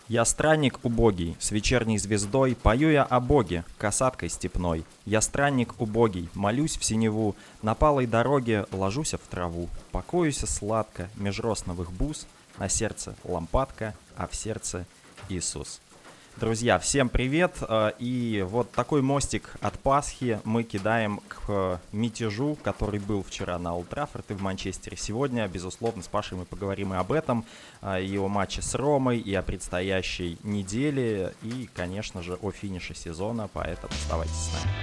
Я странник убогий, с вечерней звездой пою я о Боге, касаткой степной. Я странник убогий, молюсь в синеву, на палой дороге ложуся в траву. Покоюся сладко, меж росновых бус, на сердце лампадка, а в сердце Иисус. Друзья, всем привет! И вот такой мостик от Пасхи мы кидаем к мятежу, который был вчера на Олд Траффорд и в Манчестере. Сегодня, безусловно, с Пашей мы поговорим и об этом, и о матче с Ромой, и о предстоящей неделе, и, конечно же, о финише сезона, поэтому оставайтесь с нами.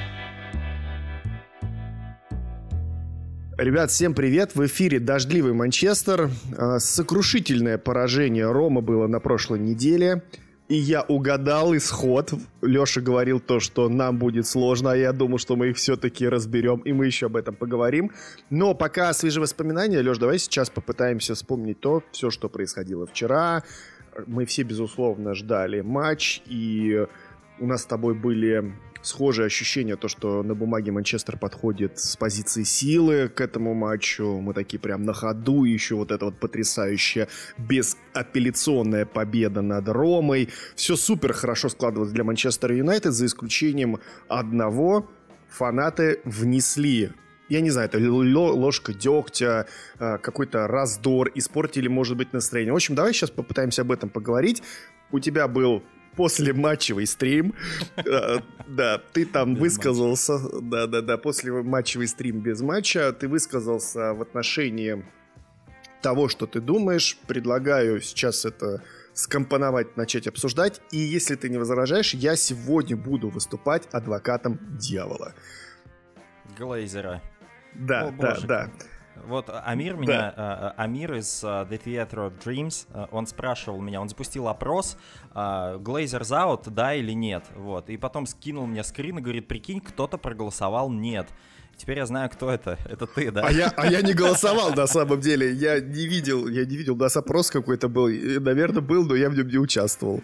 Ребят, всем привет! В эфире «Дождливый Манчестер». Сокрушительное поражение Рома было на прошлой неделе. И я угадал исход. Леша говорил то, что нам будет сложно, а я думал, что мы их все-таки разберем, и мы еще об этом поговорим. Но пока свежие воспоминания, Леш, давай сейчас попытаемся вспомнить все, что происходило вчера. Мы все, безусловно, ждали матч, и у нас с тобой были схожие ощущения, то, что на бумаге Манчестер подходит с позиции силы к этому матчу. Мы такие прям на ходу, еще вот эта вот потрясающая безапелляционная победа над Ромой. Все супер хорошо складывалось для Манчестер Юнайтед, за исключением одного. Фанаты внесли, я не знаю, это ложка дегтя, какой-то раздор, испортили, может быть, настроение. В общем, давай сейчас попытаемся об этом поговорить. У тебя был послематчевый стрим. Да, ты там высказался. Да, послематчевый стрим без матча. Ты высказался в отношении того, что ты думаешь. Предлагаю сейчас это скомпоновать, начать обсуждать. И если ты не возражаешь, я сегодня буду выступать адвокатом дьявола. Глейзера. Да. Вот Амир Амир из The Theatre of Dreams, он спрашивал меня, он запустил опрос, Glazers out, да или нет, вот, и потом скинул мне скрин и говорит, прикинь, кто-то проголосовал нет. Теперь я знаю, кто это ты, да? А я не голосовал, на самом деле, я не видел, у нас опрос какой-то был, наверное, был, но я в нем не участвовал.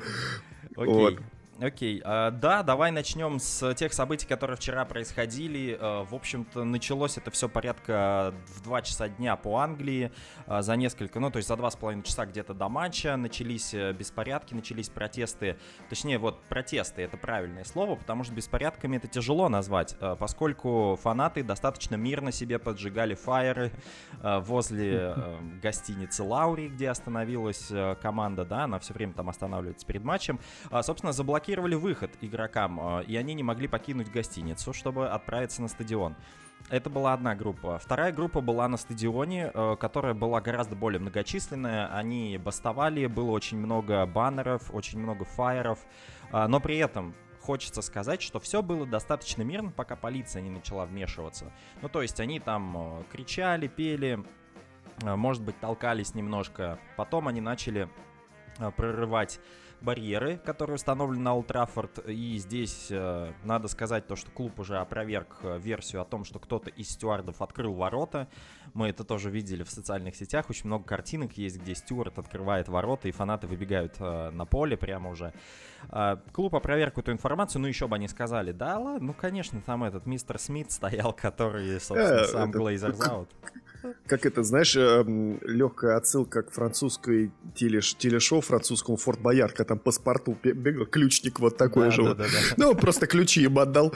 Окей, да, давай начнем с тех событий, которые вчера происходили. В общем-то, началось это все порядка в 2 часа дня по Англии. За несколько, то есть за 2,5 часа где-то до матча начались беспорядки, начались протесты. Точнее, вот протесты — это правильное слово, потому что беспорядками это тяжело назвать, поскольку фанаты достаточно мирно себе поджигали фаеры возле гостиницы Лаури, где остановилась команда, да, она все время там останавливается перед матчем. Собственно, заблокировали выход игрокам, и они не могли покинуть гостиницу, чтобы отправиться на стадион. Это была одна группа. Вторая группа была на стадионе, которая была гораздо более многочисленная. Они бастовали, было очень много баннеров, очень много фаеров, но при этом хочется сказать, что все было достаточно мирно, пока полиция не начала вмешиваться. То есть они там кричали, пели, может быть, толкались немножко. Потом они начали прорывать барьеры, которые установлены на Олд Траффорд. И здесь надо сказать то, что клуб уже опроверг версию о том, что кто-то из стюардов открыл ворота. Мы это тоже видели в социальных сетях. Очень много картинок есть, где стюард открывает ворота, и фанаты выбегают на поле прямо уже. Клуб опроверг эту информацию, еще бы они сказали, да ладно, конечно, там этот мистер Смит стоял, который, собственно, сам Glazers out. Как это, знаешь, легкая отсылка к французской телешоу, французскому Форт Боярд, когда там паспорту бегал, ключник вот такой же. Да. Просто ключи им отдал.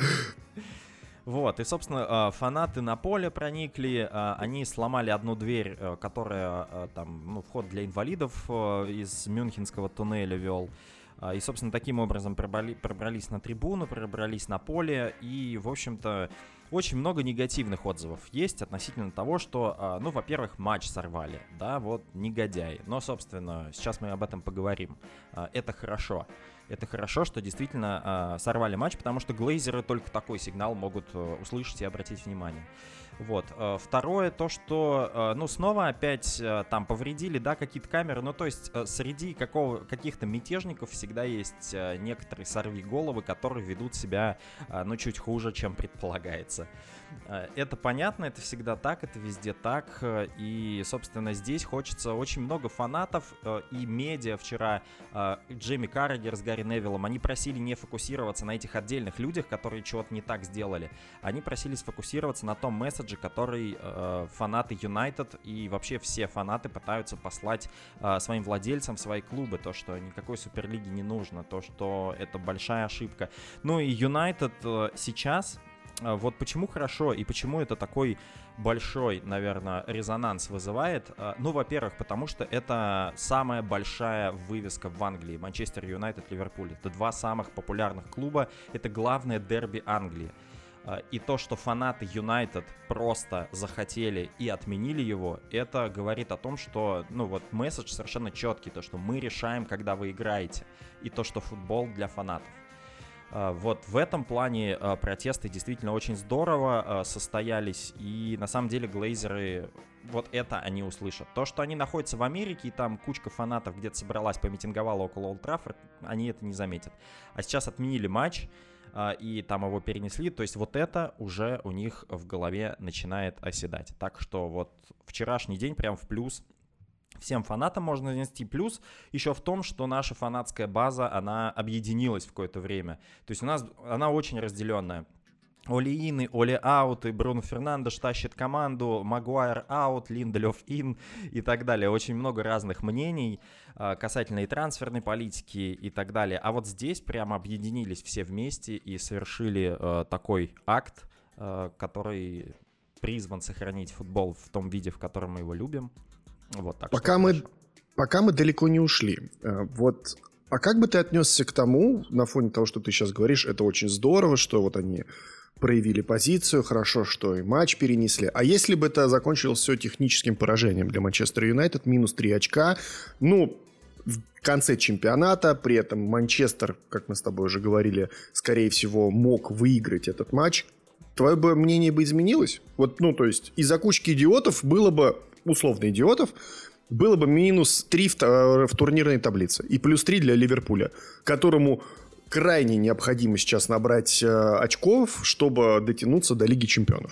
Вот, и, собственно, фанаты на поле проникли, они сломали одну дверь, которая там, вход для инвалидов из Мюнхенского туннеля вел. И, собственно, таким образом пробрались на трибуну, пробрались на поле, и, в общем-то, очень много негативных отзывов есть относительно того, что, во-первых, матч сорвали, да, вот негодяи. Но, собственно, сейчас мы об этом поговорим. Это хорошо. Это хорошо, что действительно сорвали матч, потому что глейзеры только такой сигнал могут услышать и обратить внимание. Вот. Второе, то, что, снова опять там повредили, да, какие-то камеры, то есть среди каких-то мятежников всегда есть некоторые сорвиголовы, которые ведут себя, чуть хуже, чем предполагается. Это понятно, это всегда так, это везде так, и, собственно, здесь хочется очень много фанатов, и медиа вчера, Джейми Каррагер с Гарри Гарри Невиллом, они просили не фокусироваться на этих отдельных людях, которые чего-то не так сделали. Они просили сфокусироваться на том месседже, который фанаты Юнайтед и вообще все фанаты пытаются послать своим владельцам, свои клубы. То, что никакой суперлиги не нужно, то, что это большая ошибка. Ну и Юнайтед сейчас... Вот почему хорошо и почему это такой большой, наверное, резонанс вызывает. Ну, во-первых, потому что это самая большая вывеска в Англии. Манчестер Юнайтед, Ливерпуль. Это два самых популярных клуба. Это главное дерби Англии. И то, что фанаты Юнайтед просто захотели и отменили его, это говорит о том, что, ну вот, месседж совершенно четкий. То, что мы решаем, когда вы играете. И то, что футбол для фанатов. Вот в этом плане протесты действительно очень здорово состоялись, и на самом деле глейзеры вот это они услышат. То, что они находятся в Америке, и там кучка фанатов где-то собралась, помитинговала около Олд Траффорд, они это не заметят. А сейчас отменили матч, и там его перенесли, то есть вот это уже у них в голове начинает оседать. Так что вот вчерашний день прям в плюс. Всем фанатам можно нанести плюс еще в том, что наша фанатская база, она объединилась в какое-то время. То есть у нас она очень разделенная. Оли ины, Оли ауты, Бруно Фернандеш тащит команду, Магуайр аут, Линделёв ин и так далее. Очень много разных мнений касательно и трансферной политики и так далее. А вот здесь прямо объединились все вместе и совершили такой акт, который призван сохранить футбол в том виде, в котором мы его любим. Вот, так пока мы далеко не ушли. Вот, а как бы ты отнесся к тому, на фоне того, что ты сейчас говоришь, это очень здорово, что вот они проявили позицию, хорошо, что и матч перенесли. А если бы это закончилось все техническим поражением для Манчестер Юнайтед, минус 3 очка, ну, в конце чемпионата, при этом Манчестер, как мы с тобой уже говорили, скорее всего, мог выиграть этот матч, твое бы мнение бы изменилось? Вот, ну, то есть, из-за кучки идиотов было бы, условно идиотов, было бы минус 3 в турнирной таблице и плюс 3 для Ливерпуля, которому крайне необходимо сейчас набрать очков, чтобы дотянуться до Лиги Чемпионов.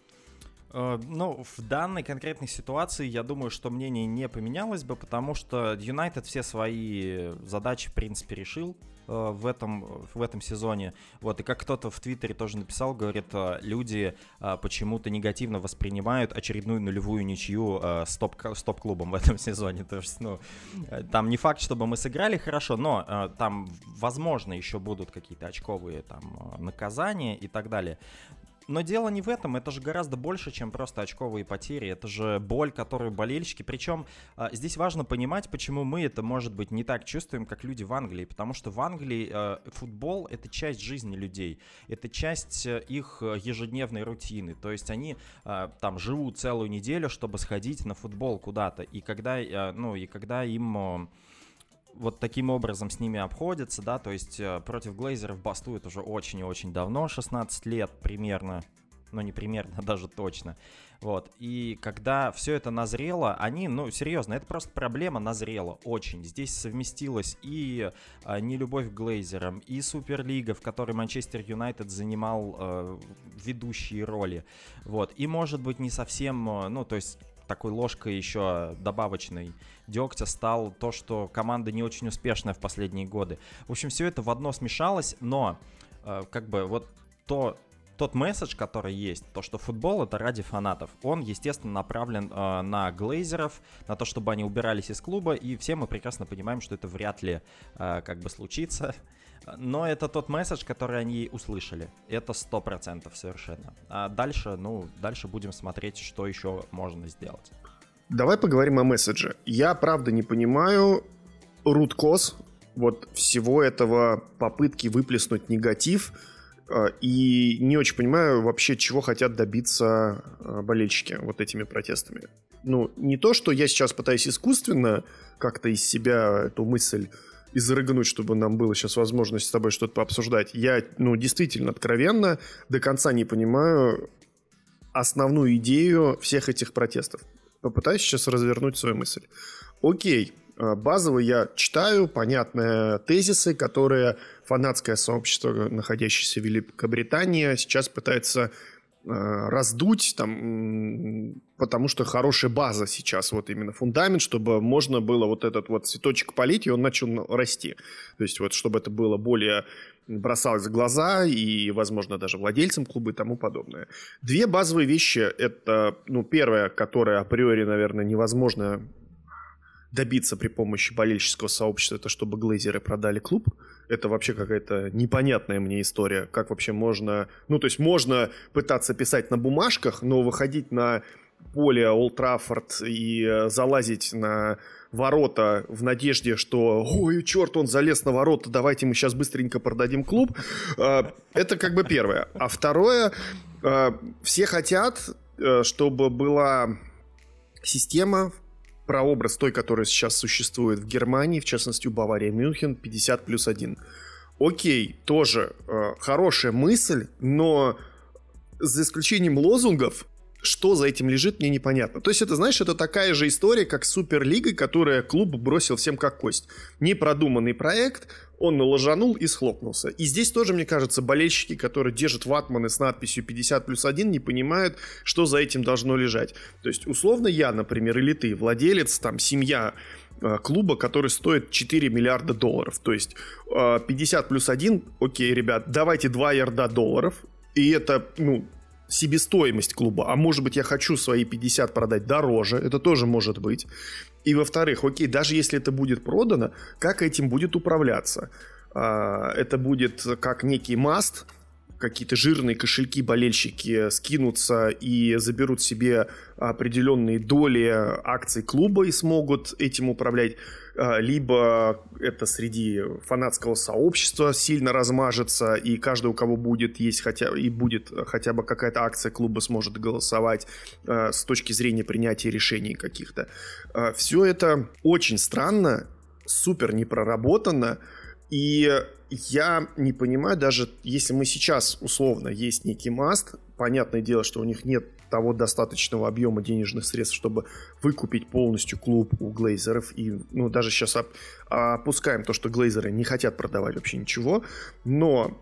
Ну, в данной конкретной ситуации, я думаю, что мнение не поменялось бы, потому что Юнайтед все свои задачи, в принципе, решил в этом сезоне. Вот, и как кто-то в Твиттере тоже написал, говорит, люди почему-то негативно воспринимают очередную нулевую ничью с топ-клубом в этом сезоне. То есть, ну, там не факт, чтобы мы сыграли хорошо, но там, возможно, еще будут какие-то очковые там наказания и так далее. Но дело не в этом, это же гораздо больше, чем просто очковые потери, это же боль, которую болельщики, причем здесь важно понимать, почему мы это, может быть, не так чувствуем, как люди в Англии, потому что в Англии футбол — это часть жизни людей, это часть их ежедневной рутины, то есть они там живут целую неделю, чтобы сходить на футбол куда-то, и когда им... вот таким образом с ними обходятся, да, то есть против глейзеров бастуют уже очень и очень давно, 16 лет примерно, ну не примерно, даже точно, вот, и когда все это назрело, они, ну серьезно, это просто проблема назрела очень, здесь совместилась и нелюбовь к глейзерам, и Суперлига, в которой Манчестер Юнайтед занимал ведущие роли, вот, и может быть не совсем, ну то есть такой ложкой еще добавочной дегтя стал то, что команда не очень успешная в последние годы. В общем, все это в одно смешалось, но как бы вот тот месседж, который есть, то, что футбол — это ради фанатов, он, естественно, направлен на глейзеров, на то, чтобы они убирались из клуба, и все мы прекрасно понимаем, что это вряд ли как бы случится. Но это тот месседж, который они услышали. Это 100% совершенно. А дальше будем смотреть, что еще можно сделать. Давай поговорим о месседже. Я, правда, не понимаю root cause вот всего этого попытки выплеснуть негатив. И не очень понимаю вообще, чего хотят добиться болельщики вот этими протестами. Ну, не то, что я сейчас пытаюсь искусственно как-то из себя эту мысль изрыгнуть, чтобы нам было сейчас возможность с тобой что-то пообсуждать. Я, действительно, откровенно до конца не понимаю основную идею всех этих протестов. Попытаюсь сейчас развернуть свою мысль. Окей, базово я читаю понятные тезисы, которые фанатское сообщество, находящееся в Великобритании, сейчас пытается раздуть, там, потому что хорошая база сейчас, вот именно фундамент, чтобы можно было вот этот вот цветочек полить, и он начал расти. То есть вот чтобы это было более бросалось в глаза и, возможно, даже владельцам клуба и тому подобное. Две базовые вещи. Это, первая, которая априори, наверное, невозможно добиться при помощи болельческого сообщества, это чтобы глейзеры продали клуб. Это вообще какая-то непонятная мне история. Как вообще можно... то есть можно пытаться писать на бумажках, но выходить на поле Олд Траффорд и залазить на ворота в надежде, что ой, черт, он залез на ворота, давайте мы сейчас быстренько продадим клуб. Это как бы первое. А второе, все хотят, чтобы была система, прообраз той, которая сейчас существует в Германии, в частности у Бавария Мюнхен, 50+1. Окей, тоже хорошая мысль, но за исключением лозунгов, что за этим лежит, мне непонятно. То есть это, знаешь, это такая же история, как с Суперлигой, которая клуб бросил всем как кость. Непродуманный проект, он налажанул и схлопнулся. И здесь тоже, мне кажется, болельщики, которые держат ватманы с надписью 50+1, не понимают, что за этим должно лежать. То есть, условно, я, например, или ты, владелец, там, семья клуба, который стоит $4 миллиарда. То есть 50+1, окей, ребят, давайте 2 ярда долларов, и это, себестоимость клуба, а может быть я хочу свои 50 продать дороже, это тоже может быть. И во-вторых, окей, даже если это будет продано, как этим будет управляться? Это будет как некий маст, какие-то жирные кошельки болельщики скинутся и заберут себе определенные доли акций клуба и смогут этим управлять, либо это среди фанатского сообщества сильно размажется, и каждый, у кого будет будет хотя бы какая-то акция клуба, сможет голосовать с точки зрения принятия решений каких-то. Все это очень странно, супер непроработано, и я не понимаю, даже если мы сейчас, условно, есть некий маст, понятное дело, что у них нет того достаточного объема денежных средств, чтобы выкупить полностью клуб у глейзеров. И, даже сейчас опускаем то, что глейзеры не хотят продавать вообще ничего. Но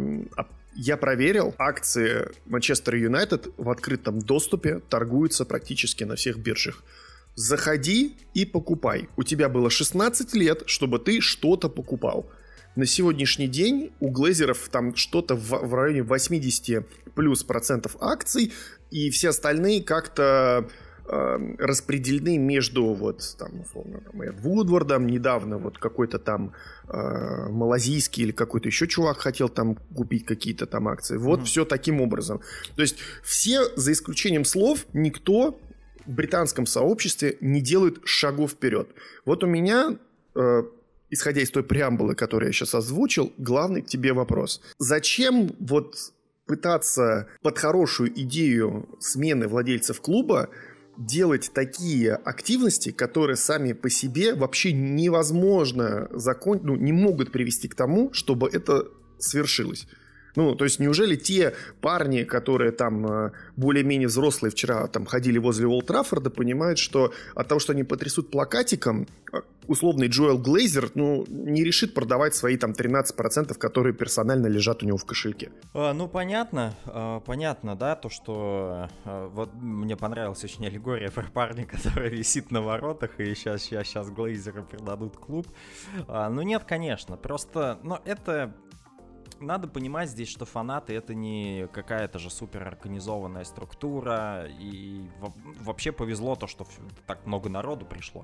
я проверил, акции Манчестер Юнайтед в открытом доступе торгуются практически на всех биржах. Заходи и покупай. У тебя было 16 лет, чтобы ты что-то покупал. На сегодняшний день у глейзеров там что-то в районе 80% акций, и все остальные как-то распределены между условно, Эд Вудвардом, недавно какой-то там малазийский или какой-то еще чувак хотел там купить какие-то там акции. Все таким образом. То есть все, за исключением слов, никто в британском сообществе не делает шагов вперед. Вот у меня... исходя из той преамбулы, которую я сейчас озвучил, главный к тебе вопрос. Зачем пытаться под хорошую идею смены владельцев клуба делать такие активности, которые сами по себе вообще невозможно не могут привести к тому, чтобы это свершилось? То есть неужели те парни, которые там более-менее взрослые вчера там ходили возле Олд Траффорда, понимают, что от того, что они потрясут плакатиком, условный Джоэл Глейзер, не решит продавать свои там 13%, которые персонально лежат у него в кошельке? Понятно, да, то, что мне понравилась очень аллегория про парня, который висит на воротах, и сейчас Глейзеры продадут клуб. Нет, конечно, просто, это... Надо понимать здесь, что фанаты — это не какая-то же суперорганизованная структура, и вообще повезло то, что так много народу пришло.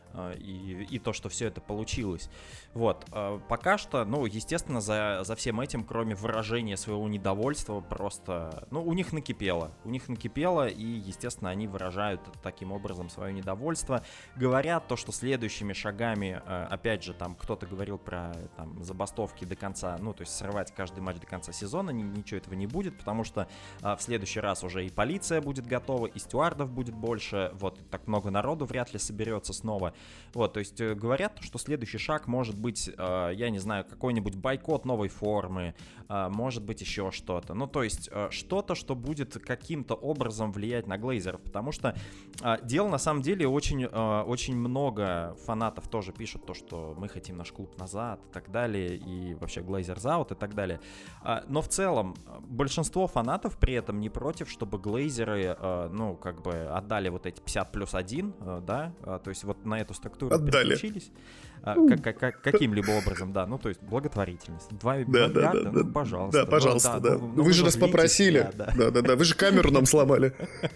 И то, что все это получилось. Пока что, естественно, за всем этим, кроме выражения своего недовольства, просто, у них накипело. И, естественно, они выражают таким образом свое недовольство. Говорят то, что следующими шагами, опять же, там кто-то говорил про забастовки до конца, то есть срывать каждый матч до конца сезона, ничего этого не будет, потому что в следующий раз уже и полиция будет готова, и стюардов будет больше, так много народу вряд ли соберется снова. Вот, то есть говорят, что следующий шаг может быть, я не знаю, какой-нибудь бойкот новой формы, может быть еще что-то. Ну, то есть что-то, что будет каким-то образом влиять на глейзеров, потому что дело на самом деле очень много фанатов тоже пишут то, что мы хотим наш клуб назад и так далее, и вообще Glazers out и так далее. Но в целом большинство фанатов при этом не против, чтобы глейзеры, ну, как бы отдали вот эти 50+1, да, то есть вот на эту структуру переключились каким-либо образом, да, ну, то есть благотворительность. 2 миллиарда, ну, пожалуйста. Да, пожалуйста, да. Вы же нас попросили. Да, вы же камеру нам сломали.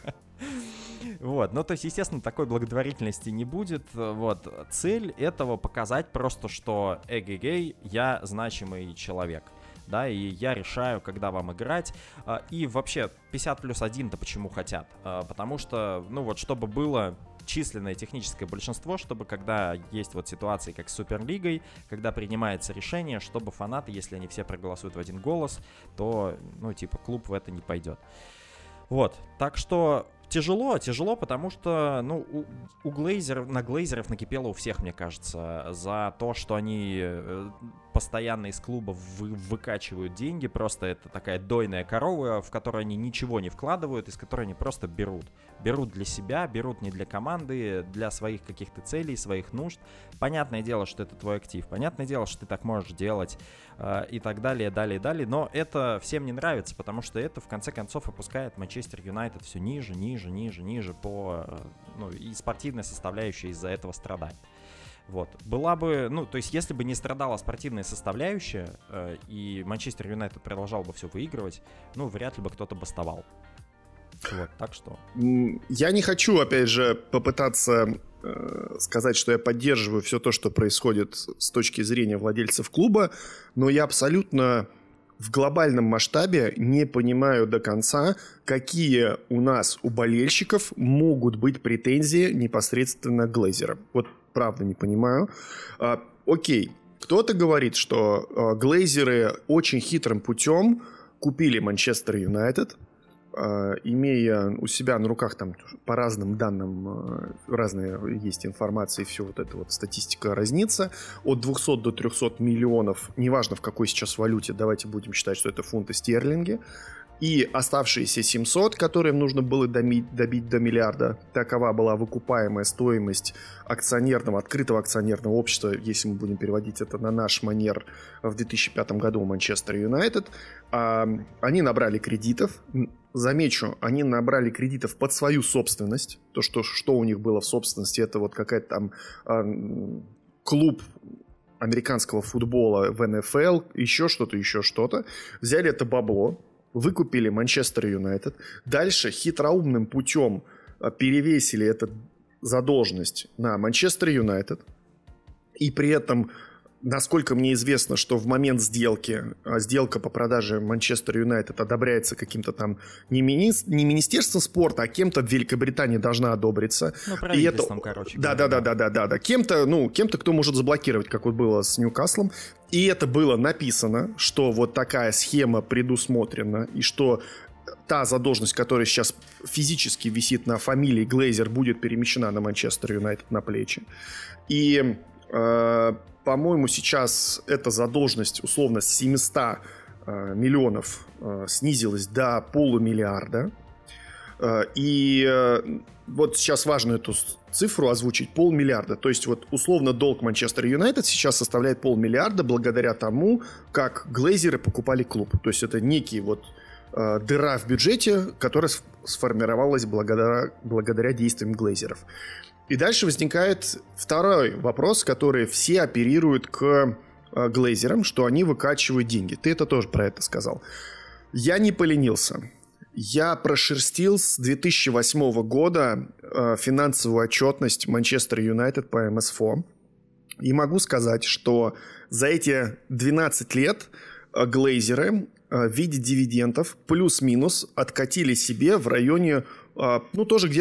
Вот, ну то есть, естественно, такой благотворительности не будет. Вот, цель этого показать просто, что эгегей, я значимый человек, да, и я решаю, когда вам играть. И вообще 50+1-то почему хотят? Потому что, ну вот, чтобы было численное техническое большинство, чтобы когда есть вот ситуации, как с Суперлигой, когда принимается решение, чтобы фанаты, если они все проголосуют в один голос, то, ну, типа, клуб в это не пойдет. Вот, так что тяжело, потому что, ну, на глейзеров накипело у всех, мне кажется, за то, что они постоянно из клуба выкачивают деньги, просто это такая дойная корова, в которую они ничего не вкладывают, из которой они просто берут для себя, берут не для команды, для своих каких-то целей, своих нужд. Понятное дело, что это твой актив, понятное дело, что ты так можешь делать и так далее, далее, но это всем не нравится, потому что это в конце концов опускает Манчестер Юнайтед все ниже по, ну, и спортивная составляющая из-за этого страдает. Вот. Была бы, ну, то есть, если бы не страдала спортивная составляющая, и Манчестер Юнайтед продолжал бы все выигрывать, ну, вряд ли бы кто-то бастовал. Вот, так что... Я не хочу, опять же, попытаться сказать, что я поддерживаю все то, что происходит с точки зрения владельцев клуба, но я абсолютно в глобальном масштабе не понимаю до конца, какие у нас, у болельщиков, могут быть претензии непосредственно к глейзерам. Вот правда не понимаю. Окей, кто-то говорит, что глейзеры очень хитрым путем купили Манчестер Юнайтед, имея у себя на руках, там по разным данным разная есть информация, и все вот эта вот статистика разнится, от 200 до 300 миллионов, неважно в какой сейчас валюте, давайте будем считать, что это фунты стерлинги, и оставшиеся 700, которые им нужно было добить до миллиарда, такова была выкупаемая стоимость открытого акционерного общества, если мы будем переводить это на наш манер, в 2005 году у Манчестер Юнайтед. Они набрали кредитов. Замечу, они набрали кредитов под свою собственность. То, что у них было в собственности, это вот какая-то там клуб американского футбола в НФЛ, еще что-то. Взяли это бабло, выкупили Манчестер Юнайтед. Дальше хитроумным путем перевесили эту задолженность на Манчестер Юнайтед. И при этом, насколько мне известно, что в момент сделка по продаже Манчестер Юнайтед одобряется каким-то там не Министерством спорта, а кем-то в Великобритании должна одобриться. Ну, правительством, короче. Да. Кем-то, кто может заблокировать, как вот было с Ньюкаслом. И это было написано, что вот такая схема предусмотрена, и что та задолженность, которая сейчас физически висит на фамилии Глейзер, будет перемещена на Манчестер Юнайтед на плечи. И, по-моему, сейчас эта задолженность условно с 700 миллионов снизилась до полумиллиарда. И вот сейчас важно эту цифру озвучить, 500 миллиарда. То есть вот условно долг Манчестер Юнайтед сейчас составляет 500 миллиарда благодаря тому, как глейзеры покупали клуб. То есть это некий вот дыра в бюджете, которая сформировалась благодаря действиям глейзеров. И дальше возникает второй вопрос, который все оперируют к глейзерам, что они выкачивают деньги. Ты это тоже про это сказал. Я не поленился. Я прошерстил с 2008 года финансовую отчетность Манчестер Юнайтед по МСФО. И могу сказать, что за эти 12 лет глейзеры в виде дивидендов плюс-минус откатили себе в районе, ну, тоже где-то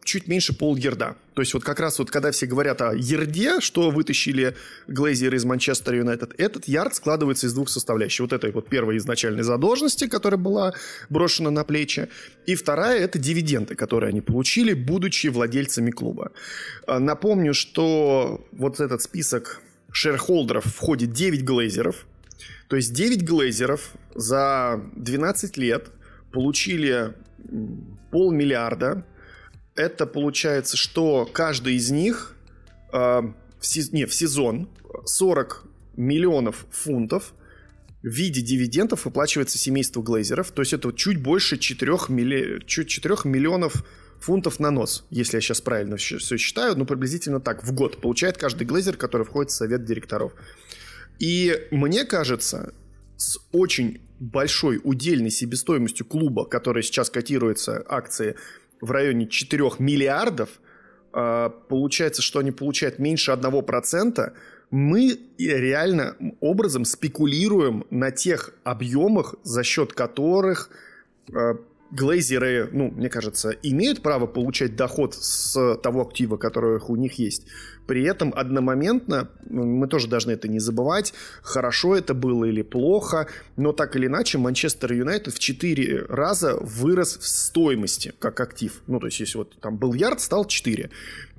чуть меньше пол-ярда. То есть вот как раз вот когда все говорят о ярде, что вытащили глейзеры из Манчестер Юнайтед, этот ярд складывается из двух составляющих. Вот этой вот первой изначальной задолженности, которая была брошена на плечи, и вторая – это дивиденды, которые они получили, будучи владельцами клуба. Напомню, что вот этот список шерхолдеров входит 9 глейзеров. То есть 9 глейзеров за 12 лет получили $500 миллиарда. Это получается, что каждый из них в сезон 40 миллионов фунтов в виде дивидендов выплачивается семейству глейзеров. То есть это чуть больше 4 миллионов фунтов на нос, если я сейчас правильно все считаю, но приблизительно так в год получает каждый глейзер, который входит в совет директоров. И мне кажется, с очень большой удельной себестоимостью клуба, который сейчас котируется акции в районе 4 миллиардов, получается, что они получают меньше 1%, мы реально образом спекулируем на тех объемах, за счет которых глейзеры, мне кажется, имеют право получать доход с того актива, который у них есть. При этом одномоментно, мы тоже должны это не забывать, хорошо это было или плохо, но так или иначе Манчестер Юнайтед в 4 раза вырос в стоимости как актив. То есть если вот там был ярд, стал 4.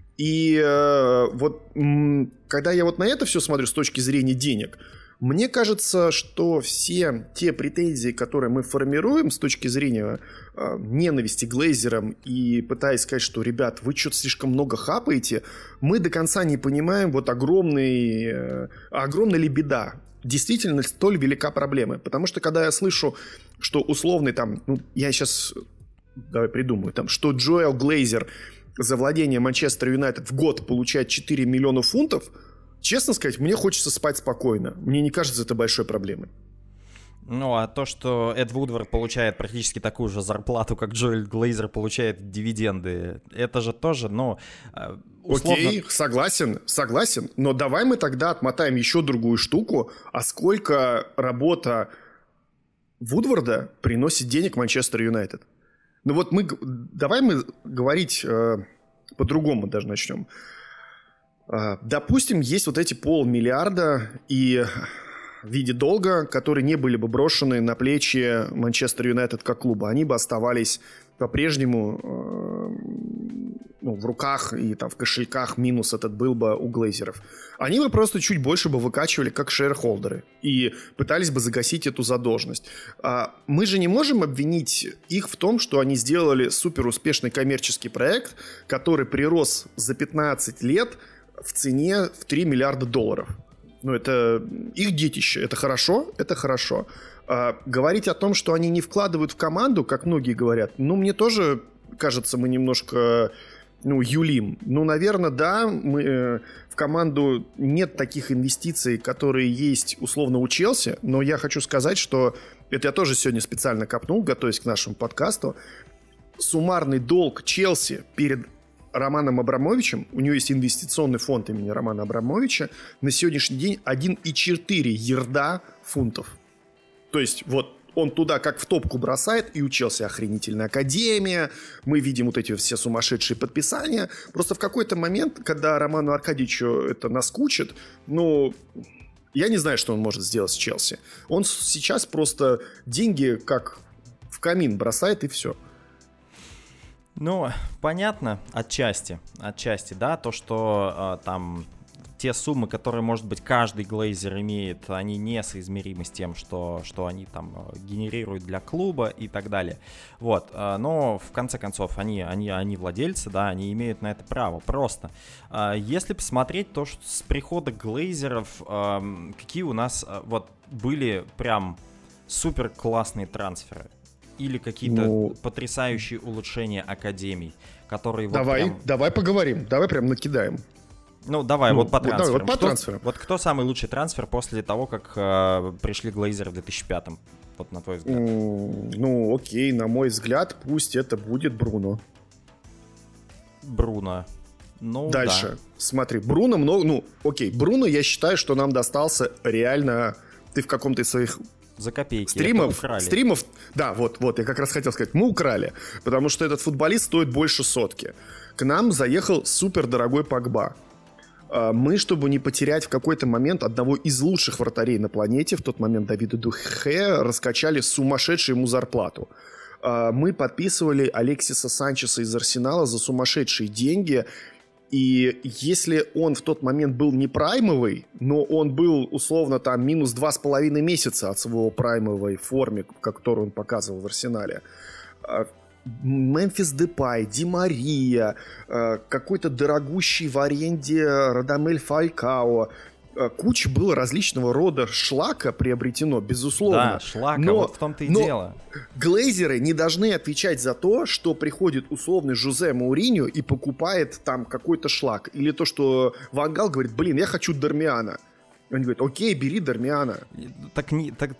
И вот когда я вот на это все смотрю с точки зрения денег, мне кажется, что все те претензии, которые мы формируем с точки зрения ненависти к глейзерам и пытаясь сказать, что, ребят, вы что-то слишком много хапаете, мы до конца не понимаем, вот огромная ли беда. Действительно, столь велика проблема. Потому что, когда я слышу, что условный там, я сейчас, давай придумаю, там, что Джоэл Глейзер за владение Манчестер Юнайтед в год получает 4 миллиона фунтов, честно сказать, мне хочется спать спокойно. Мне не кажется это большой проблемой. А то, что Эд Вудвард получает практически такую же зарплату, как Джоэл Глейзер получает дивиденды, это же тоже, условно... Окей, согласен. Но давай мы тогда отмотаем еще другую штуку. А сколько работа Вудварда приносит денег Манчестер Юнайтед? Давай мы говорить по-другому даже начнем. Допустим, есть вот эти $500 миллиарда и в виде долга, которые не были бы брошены на плечи Манчестер Юнайтед как клуба. Они бы оставались по-прежнему в руках и там в кошельках, минус этот был бы у глейзеров. Они бы просто чуть больше бы выкачивали как шерхолдеры и пытались бы загасить эту задолженность. Мы же не можем обвинить их в том, что они сделали суперуспешный коммерческий проект, который прирос за 15 лет в цене в $3 миллиарда. Это их детище. Это хорошо? Это хорошо. Говорить о том, что они не вкладывают в команду, как многие говорят, мне тоже кажется, мы немножко юлим. Наверное, да, мы, в команду нет таких инвестиций, которые есть условно у Челси, но я хочу сказать, что это я тоже сегодня специально копнул, готовясь к нашему подкасту. Суммарный долг Челси перед Романом Абрамовичем, у него есть инвестиционный фонд имени Романа Абрамовича, на сегодняшний день 1,4 ярда фунтов. То есть вот он туда как в топку бросает, и у Челси охренительная академия, мы видим вот эти все сумасшедшие подписания. Просто в какой-то момент, когда Роману Аркадьевичу это наскучит, я не знаю, что он может сделать с Челси. Он сейчас просто деньги как в камин бросает, и все. Понятно, отчасти, да, то, что там те суммы, которые, может быть, каждый глейзер имеет, они несоизмеримы с тем, что они там генерируют для клуба и так далее. Но в конце концов они владельцы, да, они имеют на это право. Просто если посмотреть то, что с прихода глейзеров, какие у нас были прям супер классные трансферы. Или какие-то потрясающие улучшения академий, которые... Давай поговорим, давай прям накидаем. Давай, по трансферам. По трансферам. Кто самый лучший трансфер после того, как пришли глейзеры в 2005-м? На твой взгляд. Окей, на мой взгляд, пусть это будет Бруно. Дальше. Да. Смотри, Бруно Бруно, я считаю, что нам достался реально... Ты в каком-то из своих За копейки. Стримов, да, вот, я как раз хотел сказать, мы украли, потому что этот футболист стоит больше 100. К нам заехал супердорогой Погба. Мы, чтобы не потерять в какой-то момент одного из лучших вратарей на планете, в тот момент Давида Духе, раскачали сумасшедшую ему зарплату. Мы подписывали Алексиса Санчеса из Арсенала за сумасшедшие деньги. И если он в тот момент был не праймовый, но он был условно там минус 2,5 месяца от своего праймовой форме, которую он показывал в Арсенале, Мемфис Депай, Ди Мария, какой-то дорогущий в аренде Радамель Фалькао, куча было различного рода шлака приобретено, безусловно. Да, шлака, вот в том-то и дело. Глейзеры не должны отвечать за то, что приходит условный Жозе Мауриньо и покупает там какой-то шлак. Или то, что Ван Гал говорит, я хочу Дармиана. Он говорит, окей, бери Дармиана. Так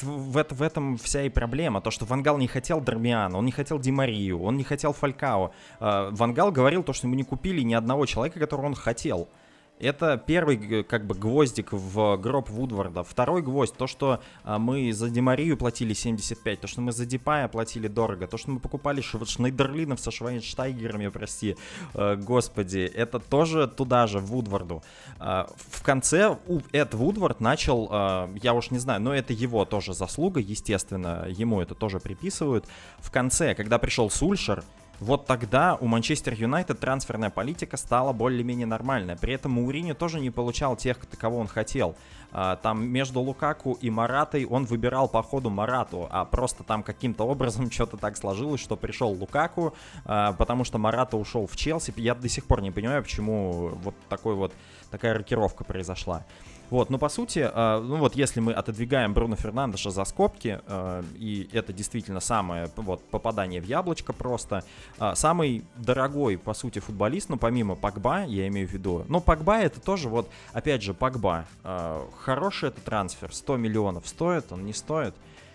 в этом вся и проблема. То, что Ван Гал не хотел Дармиана, он не хотел Ди Марию, он не хотел Фалькао. Ван Гал говорил то, что ему не купили ни одного человека, которого он хотел. Это первый, гвоздик в гроб Вудварда. Второй гвоздь, то, что мы за Ди Марию платили 75, то, что мы за Дипая платили дорого, то, что мы покупали Шнейдерлинов со Швайнштайгерами, прости, господи, это тоже туда же, в Вудварду. В конце Эд Вудвард начал, я уж не знаю, но это его тоже заслуга, естественно, ему это тоже приписывают. В конце, когда пришел Сульшер, вот тогда у Манчестер Юнайтед трансферная политика стала более-менее нормальная. При этом Мауриньо тоже не получал тех, кого он хотел. Там между Лукаку и Маратой он выбирал по ходу Марату, а просто там каким-то образом что-то так сложилось, что пришел Лукаку, потому что Марата ушел в Челси. Я до сих пор не понимаю, почему вот такая рокировка произошла. Вот, но по сути, если мы отодвигаем Бруно Фернандеша за скобки, и это действительно самое попадание в яблочко просто, самый дорогой, по сути, футболист, помимо Погба, я имею в виду, но Погба это тоже, опять же, Погба, хороший это трансфер, 100 миллионов стоит, он не стоит?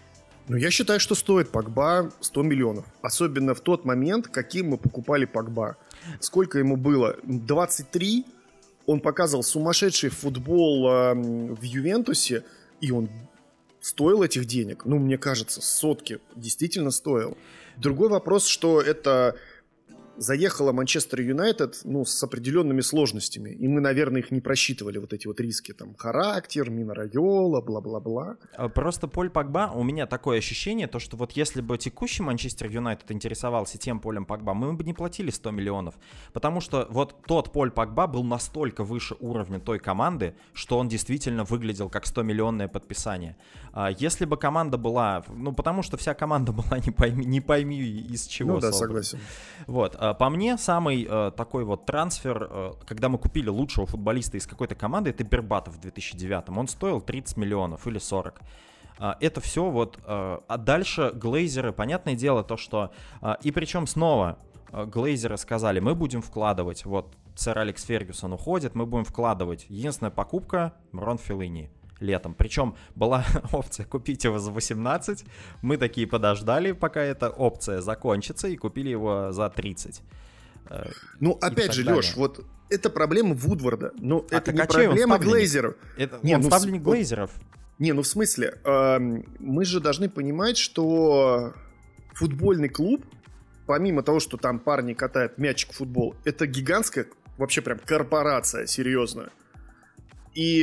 Я считаю, что стоит Погба 100 миллионов, особенно в тот момент, каким мы покупали Погба. Сколько ему было? 23. Он показывал сумасшедший футбол в Ювентусе, и он стоил этих денег. Мне кажется, сотки действительно стоил. Другой вопрос, что это заехала Манчестер Юнайтед, с определенными сложностями. И мы, наверное, их не просчитывали, эти риски. Там характер, Мина Райола, бла-бла-бла. Просто Поль Погба, у меня такое ощущение, то, что если бы текущий Манчестер Юнайтед интересовался тем Полем Погба, мы бы не платили 100 миллионов. Потому что тот Поль Погба был настолько выше уровня той команды, что он действительно выглядел как 100-миллионное подписание. Если бы команда была... потому что вся команда была не пойми из чего. Да, согласен. По мне, самый такой трансфер, когда мы купили лучшего футболиста из какой-то команды, это Бербатов в 2009-м. Он стоил 30 миллионов или 40. Это все А дальше глейзеры, понятное дело, то, что... И причем снова глейзеры сказали, мы будем вкладывать. Сэр Алекс Фергюсон уходит, мы будем вкладывать. Единственная покупка — Рон Феллини. Летом. Причем была опция купить его за 18. Мы такие подождали, пока эта опция закончится, и купили его за 30. Опять же, Леш, это проблема Вудварда. Но это не проблема глейзеров. Он ставленник глейзеров. В смысле, мы же должны понимать, что футбольный клуб, помимо того, что там парни катают мячик в футбол, это гигантская, вообще прям корпорация серьезная. И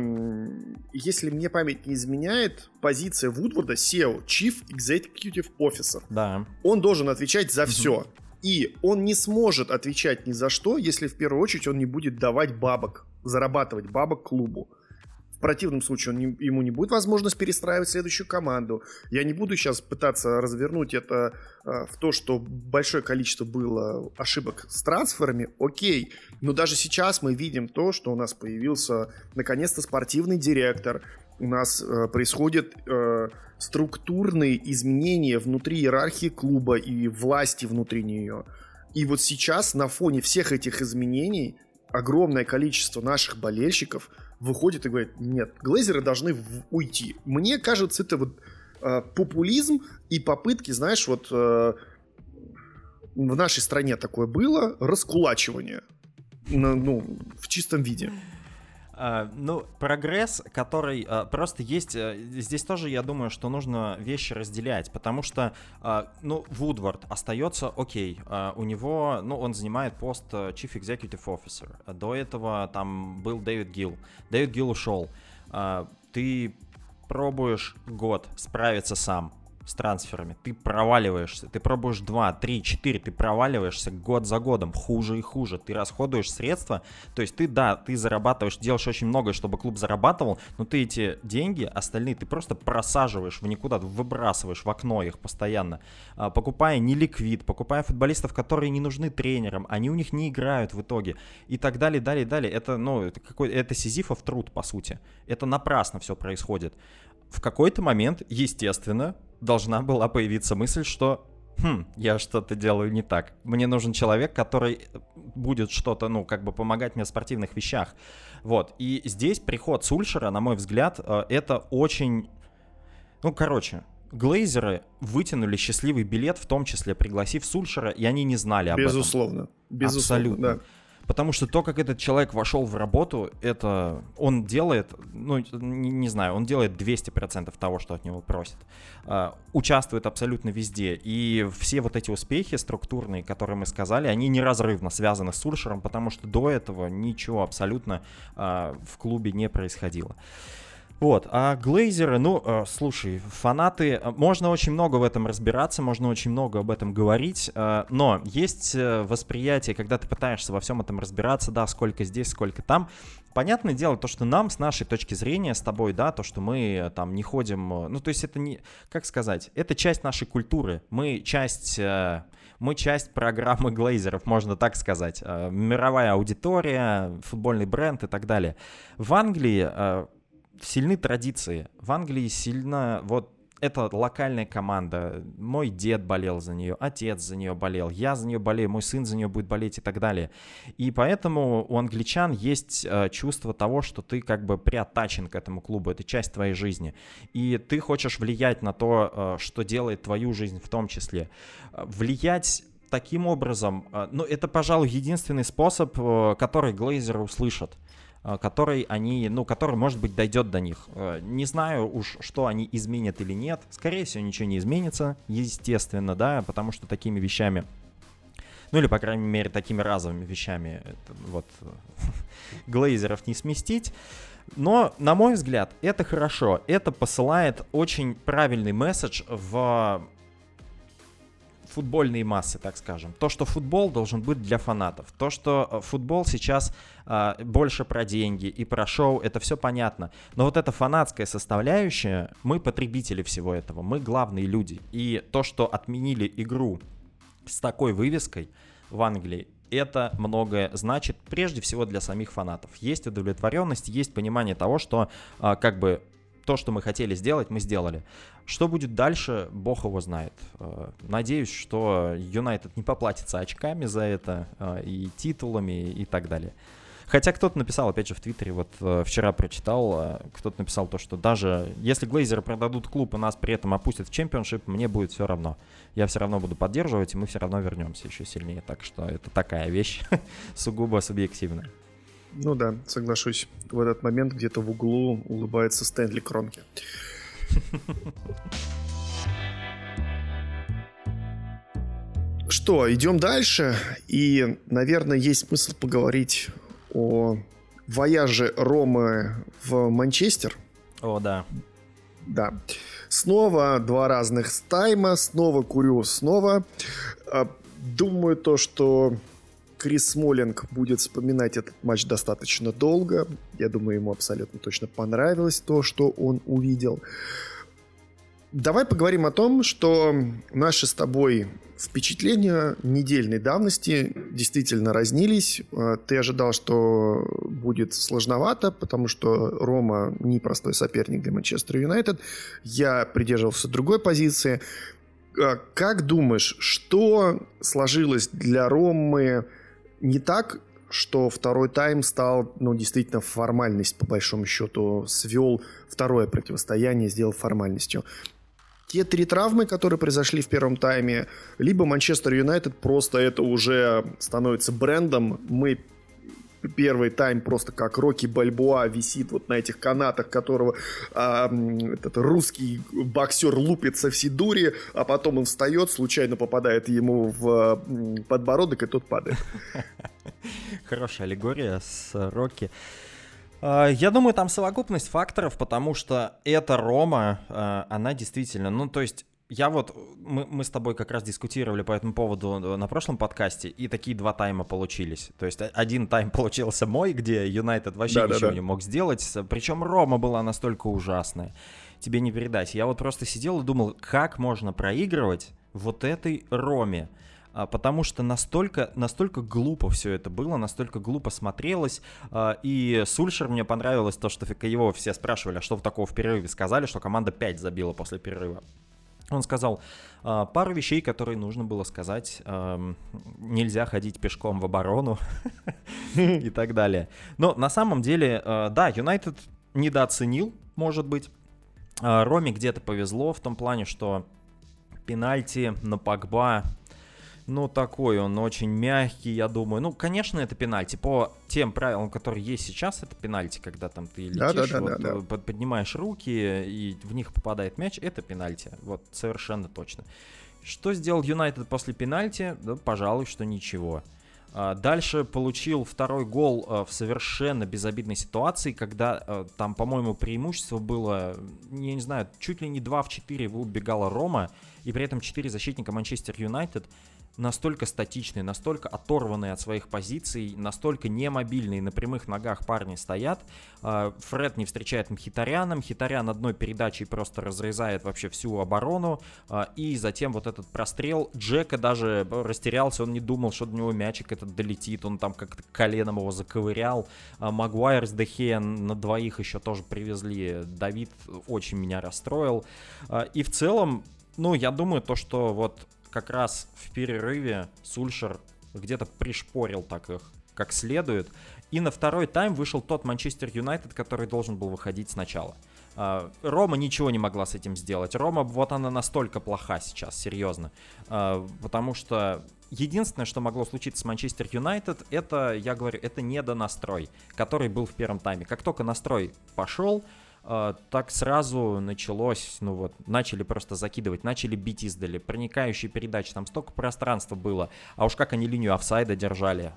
если мне память не изменяет, позиция Вудварда SEO, Chief Executive Officer. Да. Он должен отвечать за все. И он не сможет отвечать ни за что, если в первую очередь он не будет зарабатывать бабок клубу. В противном случае ему не будет возможность перестраивать следующую команду. Я не буду сейчас пытаться развернуть это в то, что большое количество было ошибок с трансферами. Окей, но даже сейчас мы видим то, что у нас появился наконец-то спортивный директор. У нас происходят структурные изменения внутри иерархии клуба и власти внутри нее. И сейчас на фоне всех этих изменений огромное количество наших болельщиков выходит и говорит, нет, глейзеры должны уйти. Мне кажется, это популизм и попытки, знаешь, в нашей стране такое было, раскулачивание, в чистом виде. Прогресс, который просто есть, здесь тоже, я думаю, что нужно вещи разделять, потому что, Вудвард остается окей, у него, он занимает пост Chief Executive Officer, до этого там был Дэвид Гилл ушел, ты пробуешь год справиться сам с трансферами, ты проваливаешься, ты пробуешь 2, 3, 4, ты проваливаешься год за годом, хуже и хуже, ты расходуешь средства, то есть ты зарабатываешь, делаешь очень многое, чтобы клуб зарабатывал, но ты эти деньги, остальные, ты просто просаживаешь в никуда, выбрасываешь в окно их постоянно, покупая неликвид, покупая футболистов, которые не нужны тренерам, они у них не играют в итоге, и так далее, далее. Это сизифов труд, по сути, это напрасно все происходит. В какой-то момент, естественно, должна была появиться мысль, что я что-то делаю не так. Мне нужен человек, который будет что-то, помогать мне в спортивных вещах. Вот. И здесь приход Сульшера, на мой взгляд, это очень... Глейзеры вытянули счастливый билет, в том числе пригласив Сульшера, и они не знали об этом. Безусловно. Абсолютно. Да. Потому что то, как этот человек вошел в работу, это он делает, не знаю, он делает 200% того, что от него просят. Участвует абсолютно везде. И все вот эти успехи структурные, которые мы сказали, они неразрывно связаны с Сульшером, потому что до этого ничего абсолютно в клубе не происходило. Вот, а Глейзеры, слушай, фанаты, можно очень много в этом разбираться, можно очень много об этом говорить, но есть восприятие, когда ты пытаешься во всем этом разбираться, да, сколько здесь, сколько там. Понятное дело, то, что нам, с нашей точки зрения, с тобой, да, то, что мы там не ходим, то есть это не, как сказать, это часть нашей культуры, мы часть программы Глейзеров, можно так сказать, мировая аудитория, футбольный бренд и так далее. В Англии сильны традиции. В Англии сильно... Это локальная команда. Мой дед болел за нее, отец за нее болел, я за нее болею, мой сын за нее будет болеть и так далее. И поэтому у англичан есть чувство того, что ты как бы приоттачен к этому клубу, это часть твоей жизни. И ты хочешь влиять на то, что делает твою жизнь в том числе. Влиять таким образом, это, пожалуй, единственный способ, который Глейзеры услышат. Который, может быть, дойдет до них. Не знаю уж, что они изменят или нет. Скорее всего, ничего не изменится, естественно, да, потому что такими вещами, или, по крайней мере, такими разовыми вещами Глейзеров не сместить. Но, на мой взгляд, это хорошо. Это посылает очень правильный месседж в футбольные массы, так скажем. То, что футбол должен быть для фанатов. То, что футбол сейчас больше про деньги и про шоу, это все понятно. Но вот эта фанатская составляющая, мы потребители всего этого, мы главные люди. И то, что отменили игру с такой вывеской в Англии, это многое значит, прежде всего для самих фанатов. Есть удовлетворенность, есть понимание того, что то, что мы хотели сделать, мы сделали. Что будет дальше, бог его знает. Надеюсь, что Юнайтед не поплатится очками за это, и титулами, и так далее. Хотя кто-то написал, опять же, в Твиттере, вчера прочитал, кто-то написал то, что даже если Глейзеры продадут клуб и нас при этом опустят в чемпионшип, мне будет все равно. Я все равно буду поддерживать, и мы все равно вернемся еще сильнее. Так что это такая вещь сугубо субъективная. Ну да, соглашусь. В этот момент где-то в углу улыбается Стэнли Кронке. Что, идем дальше. И, наверное, есть смысл поговорить о вояже Ромы в Манчестер. О, да. Да. Снова два разных тайма, снова курю, снова. Думаю, то, что Крис Смолинг будет вспоминать этот матч достаточно долго. Я думаю, ему абсолютно точно понравилось то, что он увидел. Давай поговорим о том, что наши с тобой впечатления недельной давности действительно разнились. Ты ожидал, что будет сложновато, потому что Рома непростой соперник для Манчестер Юнайтед. Я придерживался другой позиции. Как думаешь, что сложилось для Ромы не так, что второй тайм стал, действительно формальность, по большому счету, свел второе противостояние, сделал формальностью? Те три травмы, которые произошли в первом тайме, либо Манчестер Юнайтед просто это уже становится брендом, мы первый тайм просто как Рокки Бальбоа висит вот на этих канатах, которого этот русский боксер лупит со всей дури, а потом он встает, случайно попадает ему в подбородок, и тот падает. Хорошая аллегория с Рокки. Я думаю, там совокупность факторов, потому что эта Рома, она действительно, ну, то есть, мы с тобой как раз дискутировали по этому поводу на прошлом подкасте, и такие 2 тайма получились. То есть, один тайм получился мой, где Юнайтед вообще ничего не мог сделать, причем Рома была настолько ужасная, тебе не передать. Я вот просто сидел и думал, как можно проигрывать вот этой Роме. Потому что настолько глупо все это было, настолько глупо смотрелось. И Сульшер, мне понравилось то, что его все спрашивали, а что вы такого в перерыве сказали, что команда 5 забила после перерыва. Он сказал пару вещей, которые нужно было сказать. Нельзя ходить пешком в оборону и так далее. Но на самом деле, да, Юнайтед недооценил, может быть. Роме где-то повезло в том плане, что пенальти на Погба... Ну, такой он очень мягкий, я думаю. Ну, конечно, это пенальти. По тем правилам, которые есть сейчас, это пенальти, когда там ты летишь, поднимаешь руки, и в них попадает мяч, это пенальти. Вот, совершенно точно. Что сделал Юнайтед после пенальти? Да, пожалуй, что ничего. Дальше получил второй гол в совершенно безобидной ситуации, когда там, по-моему, преимущество было, я не знаю, чуть ли не 2-4 убегала Рома, и при этом 4 защитника Манчестер Юнайтед настолько статичные, настолько оторванные от своих позиций, настолько немобильные, на прямых ногах парни стоят. Фред не встречает Мхитаряна, Мхитарян одной передачей просто разрезает вообще всю оборону, и затем вот этот прострел. Джека даже растерялся, он не думал, что до него мячик этот долетит, он там как-то коленом его заковырял. Магуайр с Де Геа на двоих еще тоже привезли. Давид очень меня расстроил. И в целом, ну, я думаю, то, что вот как раз в перерыве Сульшер где-то пришпорил так их как следует. И на второй тайм вышел тот Манчестер Юнайтед, который должен был выходить сначала. Рома ничего не могла с этим сделать. Рома, вот она настолько плоха сейчас, серьезно. Потому что единственное, что могло случиться с Манчестер Юнайтед, это, я говорю, это недонастрой, который был в первом тайме. Как только настрой пошел, так сразу началось, ну вот, начали просто закидывать, начали бить издали, проникающие передачи, там столько пространства было, а уж как они линию офсайда держали,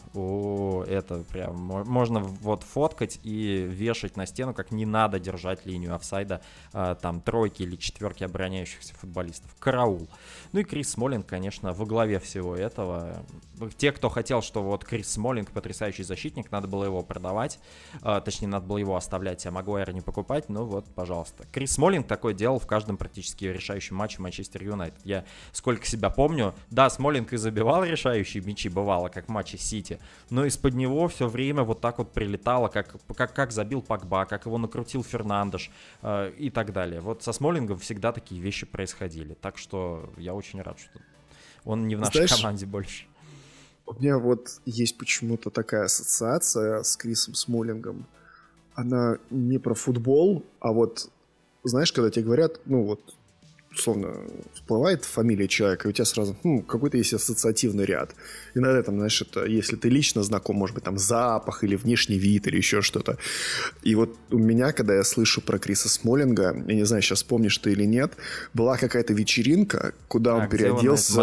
это прям, можно вот фоткать и вешать на стену, как не надо держать линию офсайда, там, 3 или 4 обороняющихся футболистов, караул. Ну и Крис Смолинг, конечно, во главе всего этого. Те, кто хотел, что вот Крис Смолинг потрясающий защитник, надо было его продавать, точнее, надо было его оставлять, а Магуайра не покупать, ну вот, пожалуйста. Крис Смолинг такое делал в каждом практически решающем матче Манчестер Юнайтед. Я сколько себя помню, да, Смолинг и забивал решающие мячи, бывало, как в матче Сити, но из-под него все время вот так вот прилетало, как забил Погба, как его накрутил Фернандеш и так далее. Вот со Смолингом всегда такие вещи происходили. Так что я очень рад, что он не в нашей команде больше. У меня вот есть почему-то такая ассоциация с Крисом Смолингом. Она не про футбол, а вот, знаешь, когда тебе говорят, ну вот, условно, всплывает фамилия человека, и у тебя сразу, какой-то есть ассоциативный ряд. Иногда там, знаешь, это, если ты лично знаком, может быть, там запах или внешний вид или еще что-то. И вот у меня, когда я слышу про Криса Смолинга, я не знаю, сейчас помнишь ты или нет, была какая-то вечеринка, куда он переоделся.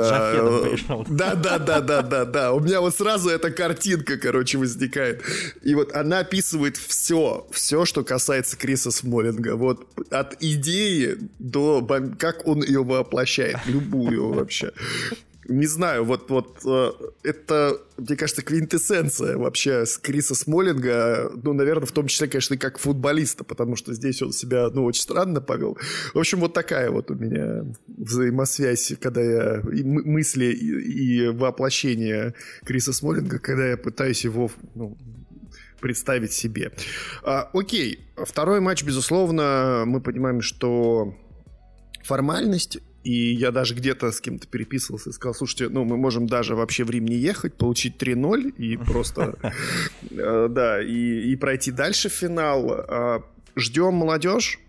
Да. У меня вот сразу эта картинка, короче, возникает. И вот она описывает все, что касается Криса Смолинга. Вот от идеи до как он ее воплощает, любую вообще. Не знаю, вот это, мне кажется, квинтэссенция вообще с Криса Смолинга, ну, наверное, в том числе, конечно, и как футболиста, потому что здесь он себя, ну, очень странно повел. В общем, вот такая вот у меня взаимосвязь, когда я мысли и воплощение Криса Смолинга, когда я пытаюсь его, представить себе. Окей, второй матч, безусловно, мы понимаем, что формальность, и я даже где-то с кем-то переписывался и сказал, слушайте, мы можем даже вообще в Рим не ехать, получить 3-0 и просто, да, и пройти дальше в финал. Ждем молодежь?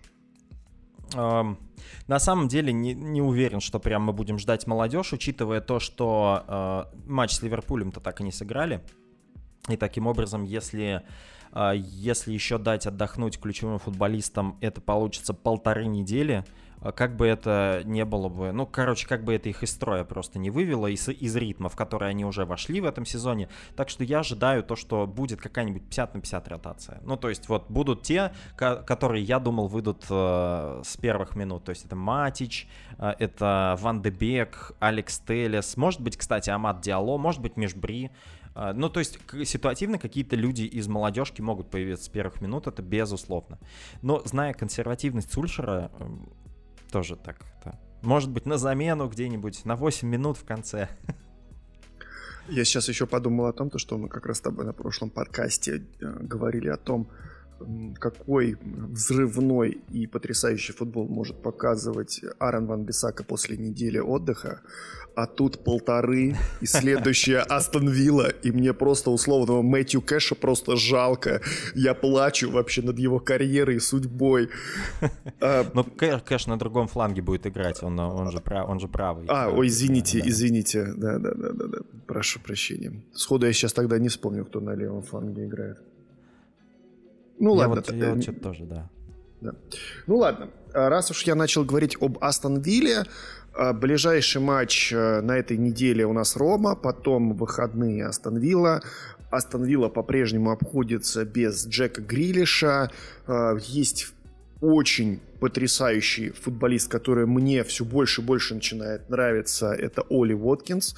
На самом деле не уверен, что прям мы будем ждать молодежь, учитывая то, что матч с Ливерпулем-то так и не сыграли. И таким образом, если еще дать отдохнуть ключевым футболистам, это получится 1,5 недели. Как бы это не было бы... Ну, короче, как бы это их из строя просто не вывело, из ритма, в который они уже вошли в этом сезоне. Так что я ожидаю то, что будет какая-нибудь 50/50 ротация. Ну, то есть вот будут те, которые, я думал, выйдут с первых минут. То есть это Матич, это Ван де Бек, Алекс Телес. Может быть, кстати, Амад Диалло, может быть, Мешбри. Ну, то есть ситуативно какие-то люди из молодежки могут появиться с первых минут, это безусловно. Но, зная консервативность Сульшера, тоже так. Да. Может быть, на замену где-нибудь на 8 минут в конце. Я сейчас еще подумал о том, что мы как раз с тобой на прошлом подкасте говорили о том, какой взрывной и потрясающий футбол может показывать Аарон Ван-Бисака после недели отдыха, а тут 1,5 и следующая Астон Вилла, и мне просто условного Мэтью Кэша просто жалко. Я плачу вообще над его карьерой и судьбой. Но Кэш на другом фланге будет играть, он же правый. Ой, извините. Да. Прошу прощения. Сходу я сейчас тогда не вспомню, кто на левом фланге играет. Ну ладно. Я вот что-то тоже, да. Ну ладно, раз уж я начал говорить об Астон Вилле, ближайший матч на этой неделе у нас Рома, потом выходные Астон Вилла. Астон Вилла по-прежнему обходится без Джека Грилиша. Есть очень потрясающий футболист, который мне все больше и больше начинает нравиться, это Оли Уоткинс.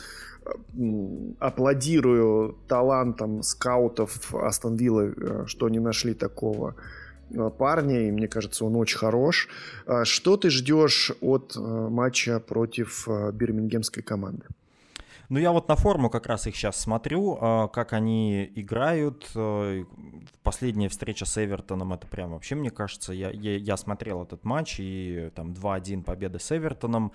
Аплодирую талантам скаутов Астон Виллы, что они нашли такого парня, и мне кажется, он очень хорош. Что ты ждешь от матча против бирмингемской команды? Ну, я вот на форму как раз их сейчас смотрю, как они играют. Последняя встреча с Эвертоном, это прям вообще, мне кажется, я смотрел этот матч, и там 2-1 победа с Эвертоном.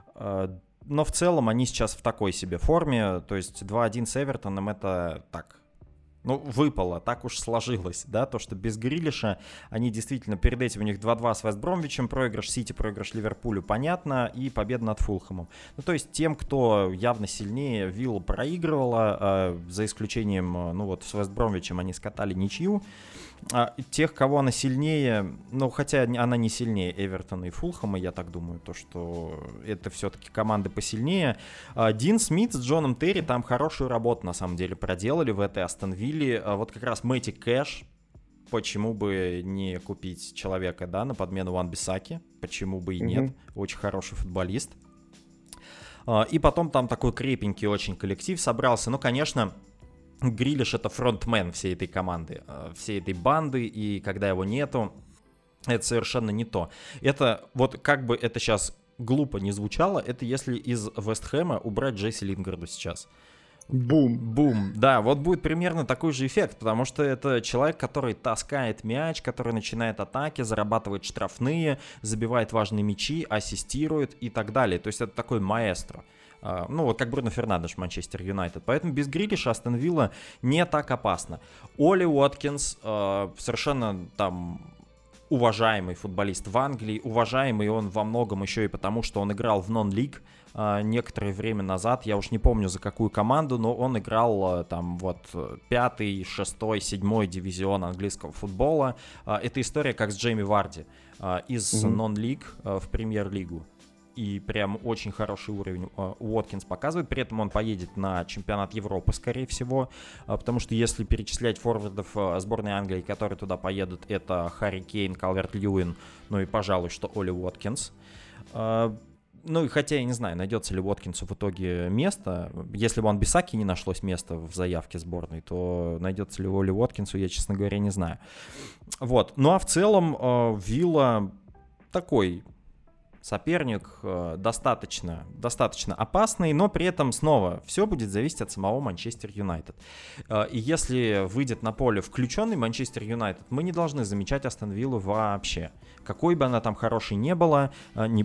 Но в целом они сейчас в такой себе форме, то есть 2-1 с Эвертоном это так, ну, выпало, так уж сложилось, да, то, что без Грилиша они действительно, перед этим у них 2-2 с Вест-Бромвичем, проигрыш Сити, проигрыш Ливерпулю, понятно, и победа над Фулхэмом. Ну, то есть тем, кто явно сильнее, Вилла проигрывала, за исключением, ну, вот с Вест-Бромвичем они скатали ничью. Тех, кого она сильнее, ну, хотя она не сильнее Эвертона и Фулхэма, я так думаю, то, что это все-таки команды посильнее. Дин Смит с Джоном Терри там хорошую работу, на самом деле, проделали в этой Астон Вилле. Вот как раз Мэтти Кэш, почему бы не купить человека, да, на подмену Ван-Бисаки, почему бы и нет, очень хороший футболист. И потом там такой крепенький очень коллектив собрался, ну, конечно... Грилиш — это фронтмен всей этой команды, всей этой банды, и когда его нету, это совершенно не то. Это вот как бы это сейчас глупо не звучало, это если из Вест Хэма убрать Джесси Лингарда сейчас. Бум. Да, вот будет примерно такой же эффект, потому что это человек, который таскает мяч, который начинает атаки, зарабатывает штрафные, забивает важные мячи, ассистирует и так далее. То есть это такой маэстро. Ну, вот как Бруно Фернандеш в Манчестер Юнайтед. Поэтому без Грилиша Астон Вилла не так опасно. Оли Уоткинс совершенно там уважаемый футболист в Англии. Уважаемый он во многом еще и потому, что он играл в нон-лиг некоторое время назад. Я уж не помню за какую команду, но он играл там вот 5-й, 6-й, 7-й дивизион английского футбола. Это история как с Джейми Варди из нон-лиг в премьер-лигу. И прям очень хороший уровень Уоткинс показывает. При этом он поедет на чемпионат Европы, скорее всего. Потому что если перечислять форвардов сборной Англии, которые туда поедут, это Харри Кейн, Калверт-Льюин, ну и, пожалуй, что Оли Уоткинс. Ну и хотя я не знаю, найдется ли Уоткинсу в итоге место. Если бы Ван-Бисаки не нашлось места в заявке сборной, то найдется ли Оли Уоткинсу, я, честно говоря, не знаю. Вот. Ну а в целом Вилла такой... соперник достаточно опасный, но при этом снова все будет зависеть от самого Манчестер Юнайтед. И если выйдет на поле включенный Манчестер Юнайтед, мы не должны замечать Астон Виллу вообще. Какой бы она там хорошей ни была,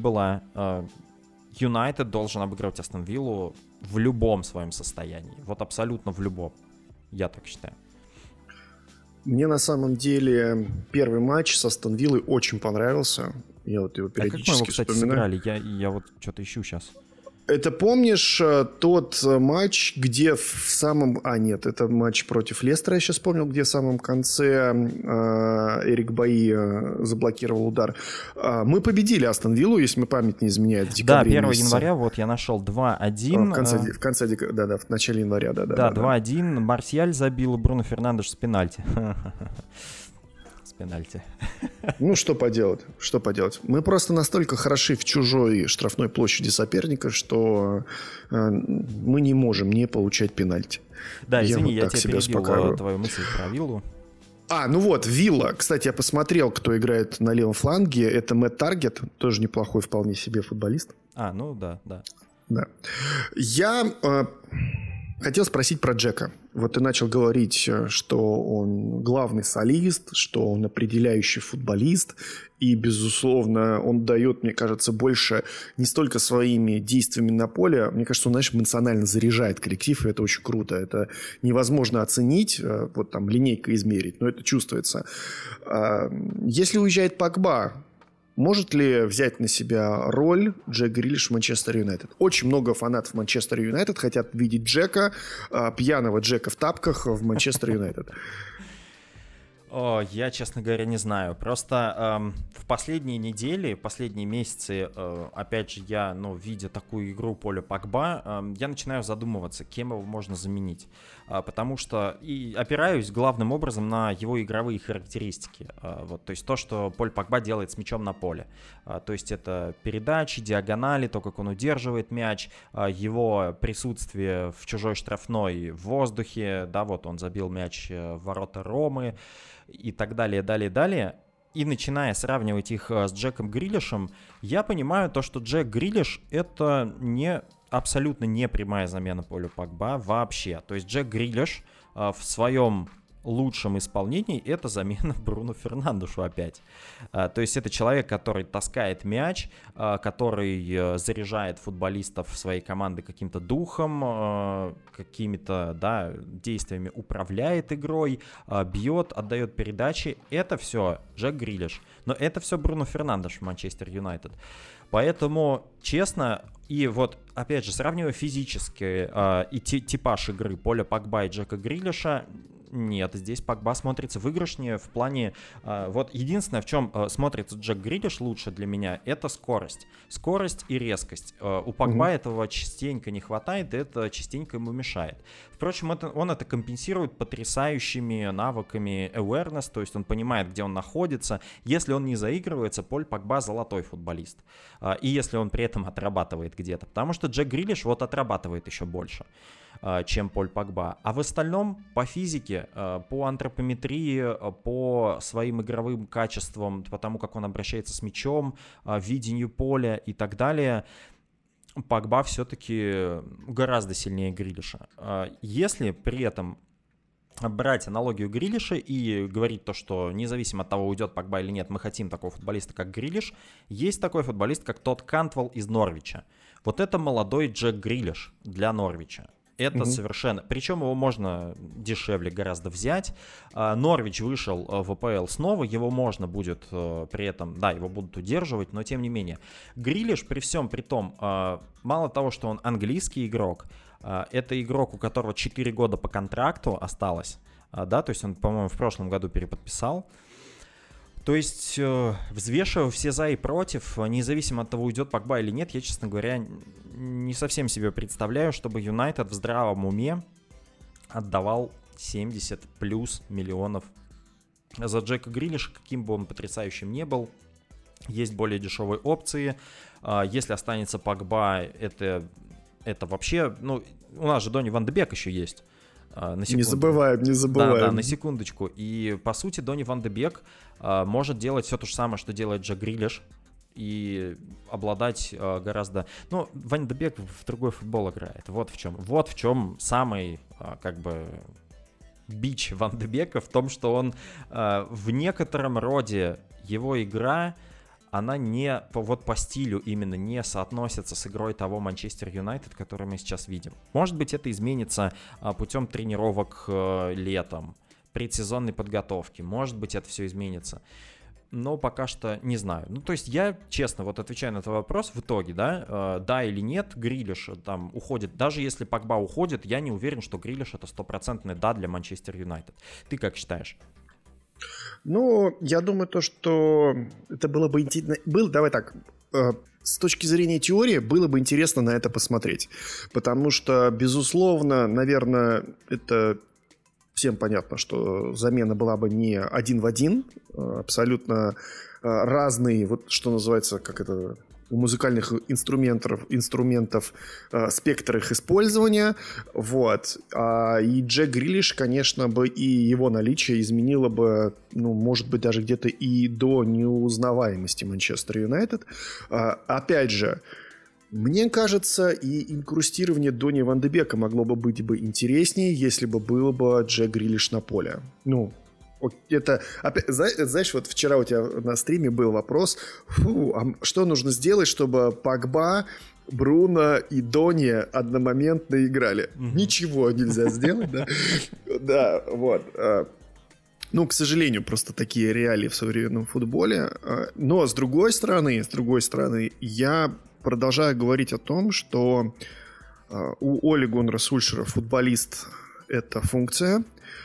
Юнайтед должен обыгрывать Астон Виллу в любом своем состоянии. Вот абсолютно в любом. Я так считаю. Мне на самом деле первый матч с Астон Виллой очень понравился. Я вот его периодически как мы его, кстати, вспоминаю. сыграли? Я вот что-то ищу сейчас. Это помнишь тот матч, где в самом... нет, это матч против Лестера, я сейчас вспомнил, где в самом конце Эрик Баи заблокировал удар. Мы победили Астон Виллу, если мне память не изменяет, в декабре. Да, 1 января, вот я нашел 2-1. В конце декабря, в начале января, да. Да, 2-1, Марсиаль забил, Бруно Фернандеш с пенальти. Пенальти. Ну, что поделать? Мы просто настолько хороши в чужой штрафной площади соперника, что мы не можем не получать пенальти. Да, извини, я тебя перебил твою мысль про Виллу. Ну вот, Вилла. Кстати, я посмотрел, кто играет на левом фланге. Это Мэтт Таргет, тоже неплохой вполне себе футболист. Ну да. Да. Я хотел спросить про Джека. Вот ты начал говорить, что он главный солист, что он определяющий футболист. И, безусловно, он дает, мне кажется, больше не столько своими действиями на поле. Мне кажется, он, знаешь, эмоционально заряжает коллектив, и это очень круто. Это невозможно оценить, вот там линейкой измерить, но это чувствуется. Если уезжает Погба, может ли взять на себя роль Джек Грилиш в Манчестер Юнайтед? Очень много фанатов Манчестер Юнайтед хотят видеть Джека, пьяного Джека в тапках в Манчестер Юнайтед. Я, честно говоря, не знаю. Просто в последние недели, последние месяцы, опять же, я, видя такую игру Поля Погба, я начинаю задумываться, кем его можно заменить. Потому что и опираюсь главным образом на его игровые характеристики. То есть то, что Поль Погба делает с мячом на поле. То есть это передачи, диагонали, то, как он удерживает мяч, его присутствие в чужой штрафной в воздухе. Да, вот он забил мяч в ворота Ромы. И так далее, далее. И начиная сравнивать их с Джеком Грилишем, я понимаю то, что Джек Грилиш — это абсолютно не прямая замена Полю Погба вообще. То есть Джек Грилиш в своем лучшем исполнении — это замена Бруно Фернандешу опять. То есть это человек, который таскает мяч, который заряжает футболистов своей команды каким-то духом, какими-то действиями управляет игрой, бьет, отдает передачи. Это все Джек Грилиш. Но это все Бруно Фернандеш в Манчестер Юнайтед. Поэтому, честно, и вот, опять же, сравнивая физически и типаж игры Поля Погба и Джека Грилиша, нет, здесь Погба смотрится выигрышнее в плане... Вот единственное, в чем смотрится Джек Грилиш лучше для меня, это скорость. Скорость и резкость. У Погба этого частенько не хватает, и это частенько ему мешает. Впрочем, он это компенсирует потрясающими навыками awareness, то есть он понимает, где он находится. Если он не заигрывается, Поль Погба золотой футболист. И если он при этом отрабатывает где-то. Потому что Джек Грилиш вот отрабатывает еще больше, чем Поль Погба. А в остальном по физике, по антропометрии, по своим игровым качествам, по тому, как он обращается с мячом, видению поля и так далее, Погба все-таки гораздо сильнее Грилиша. Если при этом брать аналогию Грилиша и говорить то, что независимо от того, уйдет Погба или нет, мы хотим такого футболиста, как Грилиш, есть такой футболист, как Тодд Кантвелл из Норвича. Вот это молодой Джек Грилиш для Норвича. Это совершенно... Причем его можно дешевле гораздо взять. Норвич вышел в АПЛ снова, его можно будет при этом... Да, его будут удерживать, но тем не менее. Грилиш при всем при том, мало того, что он английский игрок, это игрок, у которого 4 года по контракту осталось. Да, то есть он, по-моему, в прошлом году переподписал. То есть, взвешивая все за и против, независимо от того, уйдет Погба или нет, я, честно говоря, не совсем себе представляю, чтобы Юнайтед в здравом уме отдавал 70 плюс миллионов за Джека Грилиша, каким бы он потрясающим не был. Есть более дешевые опции. Если останется Погба, это вообще... у нас же Донни Ван де Бек еще есть. Не забываем. Да, на секундочку. И, по сути, Донни Ван де Бек может делать все то же самое, что делает Джек Грилиш, и обладать гораздо... Ван де Бек в другой футбол играет. Вот в чем самый, бич Ван де Бека, в том, что он в некотором роде, его игра... она не по стилю именно не соотносится с игрой того Манчестер Юнайтед, который мы сейчас видим. Может быть, это изменится путем тренировок летом, предсезонной подготовки. Может быть, это все изменится. но пока что не знаю. Ну, то есть я, честно, вот отвечаю на твой вопрос, в итоге, да или нет, Грилиш там уходит. Даже если Погба уходит, я не уверен, что Грилиш это 100% да для Манчестер Юнайтед. Ты как считаешь? Ну, я думаю, что это было бы интересно. Давай так, с точки зрения теории, было бы интересно на это посмотреть. Потому что, безусловно, наверное, это всем понятно, что замена была бы не один в один. Абсолютно разные, вот что называется, как это... у музыкальных инструментов спектр их использования. Вот. И Джек Грилиш, конечно, бы и его наличие изменило бы, ну, может быть, даже где-то и до неузнаваемости Манчестер Юнайтед. Опять же, мне кажется, и инкрустирование Донни Ван де Бека могло бы быть бы интереснее, если бы было бы Джек Грилиш на поле. Ну, это, опять, знаешь, вот вчера у тебя на стриме был вопрос, а что нужно сделать, чтобы Погба, Бруно и Донни одномоментно играли? Ничего нельзя сделать, да? Да, вот. Ну, к сожалению, просто такие реалии в современном футболе. Но, с другой стороны, я продолжаю говорить о том, что у Оли Гуннара Сульшера футболист — это функция.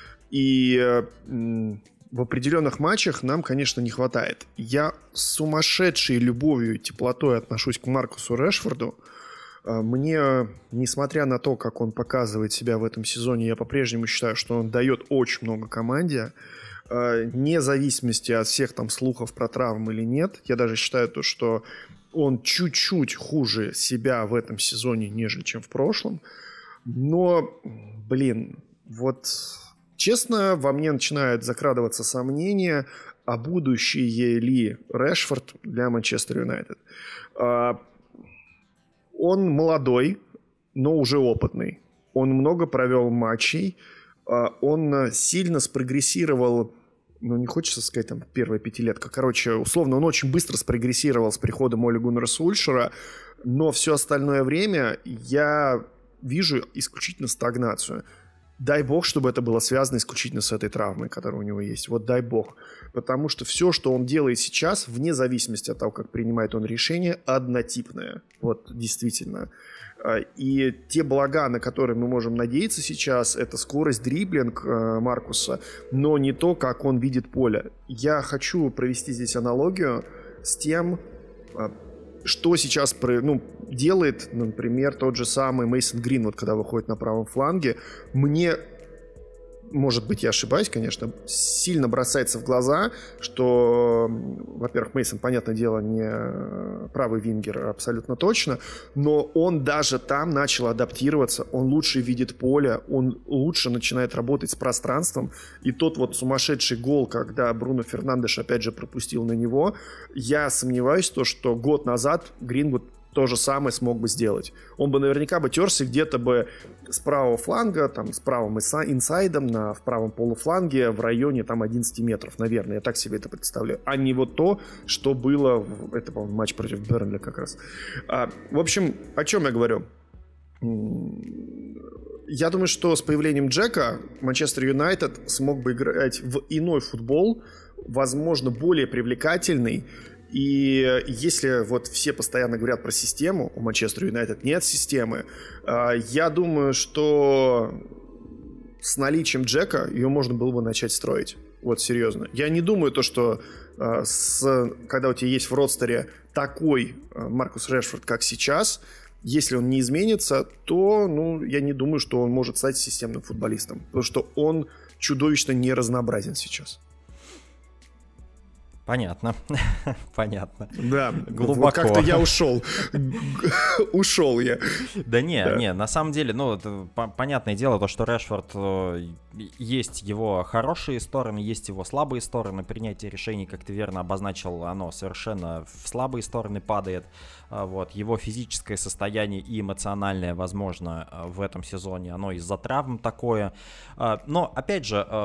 И в определенных матчах нам, конечно, не хватает. Я с сумасшедшей любовью и теплотой отношусь к Маркусу Решфорду. Мне, несмотря на то, как он показывает себя в этом сезоне, я по-прежнему считаю, что он дает очень много команде. Вне зависимости от всех там слухов про травмы или нет. Я даже считаю то, что он чуть-чуть хуже себя в этом сезоне, нежели чем в прошлом. Но, блин, вот... Честно, во мне начинают закрадываться сомнения, а будущее ли Решфорд для Манчестер Юнайтед. Он молодой, но уже опытный. Он много провел матчей. Он сильно спрогрессировал, ну, не хочется сказать, там, первая пятилетка. Короче, условно, он очень быстро спрогрессировал с приходом Оли Гуннара Сульшера, но все остальное время я вижу исключительно стагнацию. Дай бог, чтобы это было связано исключительно с этой травмой, которая у него есть. Вот дай бог. Потому что все, что он делает сейчас, вне зависимости от того, как принимает он решение, однотипное. Вот действительно. И те блага, на которые мы можем надеяться сейчас, это скорость, дриблинг Маркуса, но не то, как он видит поле. Я хочу провести здесь аналогию с тем, что сейчас делает, например, тот же самый Мейсон Гринвуд, когда выходит на правом фланге. Мне, может быть, я ошибаюсь, конечно, сильно бросается в глаза, что, во-первых, Мейсон, понятное дело, не правый вингер абсолютно точно, но он даже там начал адаптироваться, он лучше видит поле, он лучше начинает работать с пространством, и тот вот сумасшедший гол, когда Бруно Фернандеш опять же пропустил на него, я сомневаюсь, что год назад Гринвуд то же самое смог бы сделать. Он бы наверняка бы терся где-то бы с правого фланга, там, с правым инсайдом в правом полуфланге в районе там 11 метров, наверное. Я так себе это представляю. А не вот то, что было... Это, по-моему, матч против Бернли как раз. В общем, о чем я говорю? Я думаю, что с появлением Джека Манчестер Юнайтед смог бы играть в иной футбол, возможно, более привлекательный. И если вот все постоянно говорят про систему, у Манчестер Юнайтед нет системы, я думаю, что с наличием Джека ее можно было бы начать строить. Вот серьезно. Я не думаю, что когда у тебя есть в родстере такой Маркус Решфорд, как сейчас, если он не изменится, то я не думаю, что он может стать системным футболистом. Потому что он чудовищно не разнообразен сейчас. Понятно. Понятно. Да, глубоко. Вот как-то я ушел. Ушел я. Да не, на самом деле, это понятное дело, то, что Решфорд, есть его хорошие стороны, есть его слабые стороны. Принятие решений, как ты верно обозначил, оно совершенно в слабые стороны падает. Вот. Его физическое состояние и эмоциональное, возможно, в этом сезоне, оно из-за травм такое. Но, опять же,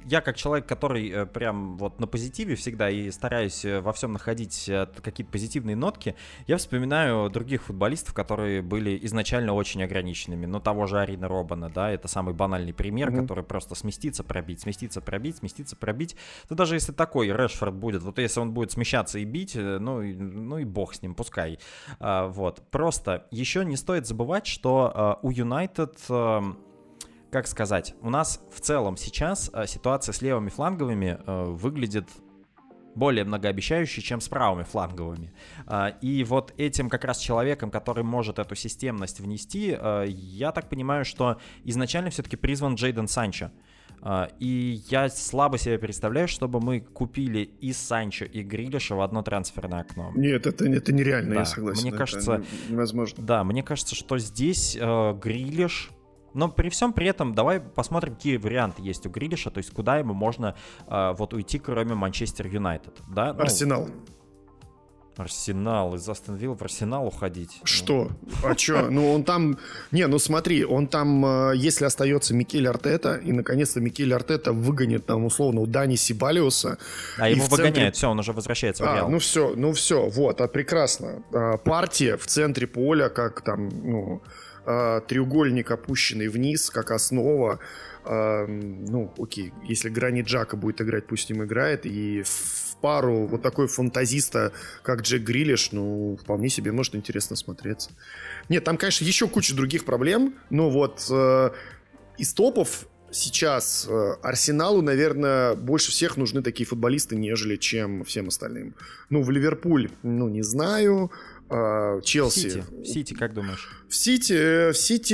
я как человек, который прям вот на позитиве всегда и стараюсь во всем находить какие-то позитивные нотки, я вспоминаю других футболистов, которые были изначально очень ограниченными. Ну, того же Арина Робана, да, это самый банальный пример, который просто сместиться, пробить. Ну, даже если такой Решфорд будет, вот если он будет смещаться и бить, ну и бог с ним, пускай. Вот. Просто еще не стоит забывать, что у Юнайтед... Как сказать, у нас в целом сейчас ситуация с левыми фланговыми выглядит более многообещающей, чем с правыми фланговыми. И вот этим как раз человеком, который может эту системность внести, я так понимаю, что изначально все-таки призван Джейдон Санчо. И я слабо себе представляю, чтобы мы купили и Санчо, и Грилиша в одно трансферное окно. Нет, это нереально, да, я согласен. Мне кажется, невозможно. Да, мне кажется, что здесь Грилиш... Но при всем при этом давай посмотрим, какие варианты есть у Грилиша, то есть куда ему можно вот уйти, кроме Манчестер Юнайтед. Да? Арсенал. Арсенал, из Астон Вилла в Арсенал уходить. Что? А что? Ну он там... Не, ну смотри, он там, если остается Микель Артета, и наконец-то Микель Артета выгонит там условно у Дани Сибалиуса. А его выгоняют, все, он уже возвращается в Реал. Ну все, вот, прекрасно. Партия в центре поля, как там, ну... треугольник, опущенный вниз, как основа. Ну, окей, если Гранит Джака будет играть, пусть с ним играет. И в пару вот такой фантазиста, как Джек Грилиш, ну, вполне себе может интересно смотреться. Нет, там, конечно, еще куча других проблем, но вот из топов сейчас Арсеналу, наверное, больше всех нужны такие футболисты, нежели чем всем остальным. Ну, в Ливерпуль, ну, не знаю... Челси. В Сити, как думаешь? В Сити.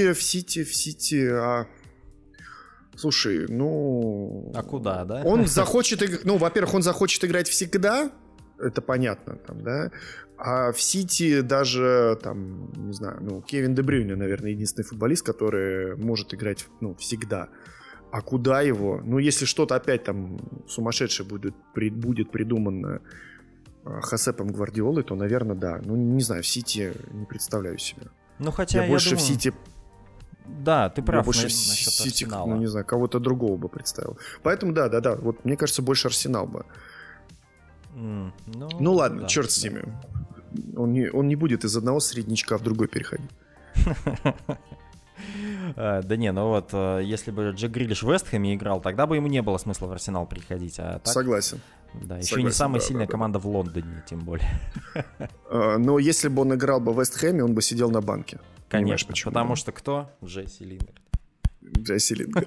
Слушай, ну... А куда, да? Он захочет... Ну, во-первых, он захочет играть всегда. Это понятно, там, да? А в Сити даже, там, не знаю, ну, Кевин Де Брюйне, наверное, единственный футболист, который может играть, ну, всегда. А куда его? Ну, если что-то опять там сумасшедшее будет придумано Хосепом Гвардиолой, то, наверное, да. Ну, не знаю, в Сити не представляю себе. Ну, хотя я больше думаю... в Сити... Да, ты прав больше насчет Сити, Арсенала. ну, не знаю, кого-то другого бы представил. Поэтому, да. Вот, мне кажется, больше Арсенал бы. Ну ладно, да, черт с ними. Он не будет из одного среднячка в другой переходить. Да не, ну вот, если бы Джек Грилиш в Вест Хэме играл, тогда бы ему не было смысла в Арсенал приходить. А так, согласен. Да, еще не самая сильная команда в Лондоне, тем более. Но если бы он играл бы в Вест Хэме, он бы сидел на банке. Конечно, почему? Потому что кто? Джесси Лингард. Джесси Лингард,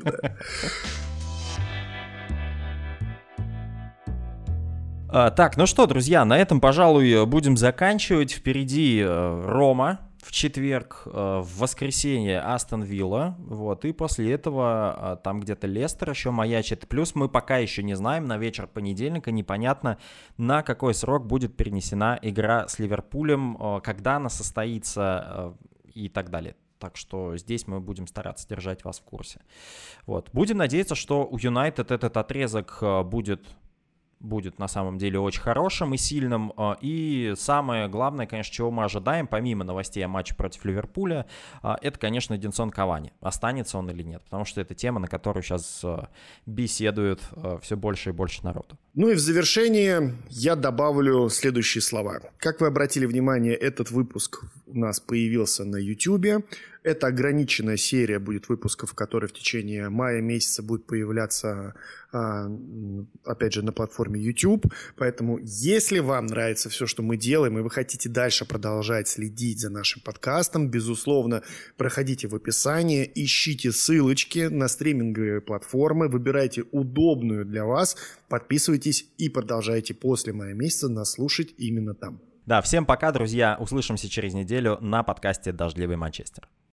да. Так, ну что, друзья, на этом, пожалуй, будем заканчивать. Впереди Рома. В четверг, в воскресенье Астон Вилла, вот, и после этого там где-то Лестер еще маячит. Плюс мы пока еще не знаем, на вечер понедельника непонятно, на какой срок будет перенесена игра с Ливерпулем, когда она состоится и так далее. Так что здесь мы будем стараться держать вас в курсе. Вот. Будем надеяться, что у Юнайтед этот отрезок будет на самом деле очень хорошим и сильным. И самое главное, конечно, чего мы ожидаем, помимо новостей о матче против Ливерпуля, это, конечно, Эдинсон Кавани. Останется он или нет? Потому что это тема, на которую сейчас беседует все больше и больше народу. Ну и в завершение я добавлю следующие слова. Как вы обратили внимание, этот выпуск у нас появился на YouTube. Это ограниченная серия будет выпусков, которые в течение мая месяца будут появляться, опять же, на платформе YouTube. Поэтому, если вам нравится все, что мы делаем, и вы хотите дальше продолжать следить за нашим подкастом, безусловно, проходите в описании, ищите ссылочки на стриминговые платформы, выбирайте удобную для вас, подписывайтесь и продолжайте после мая месяца нас слушать именно там. Да, всем пока, друзья. Услышимся через неделю на подкасте «Дождливый Манчестер».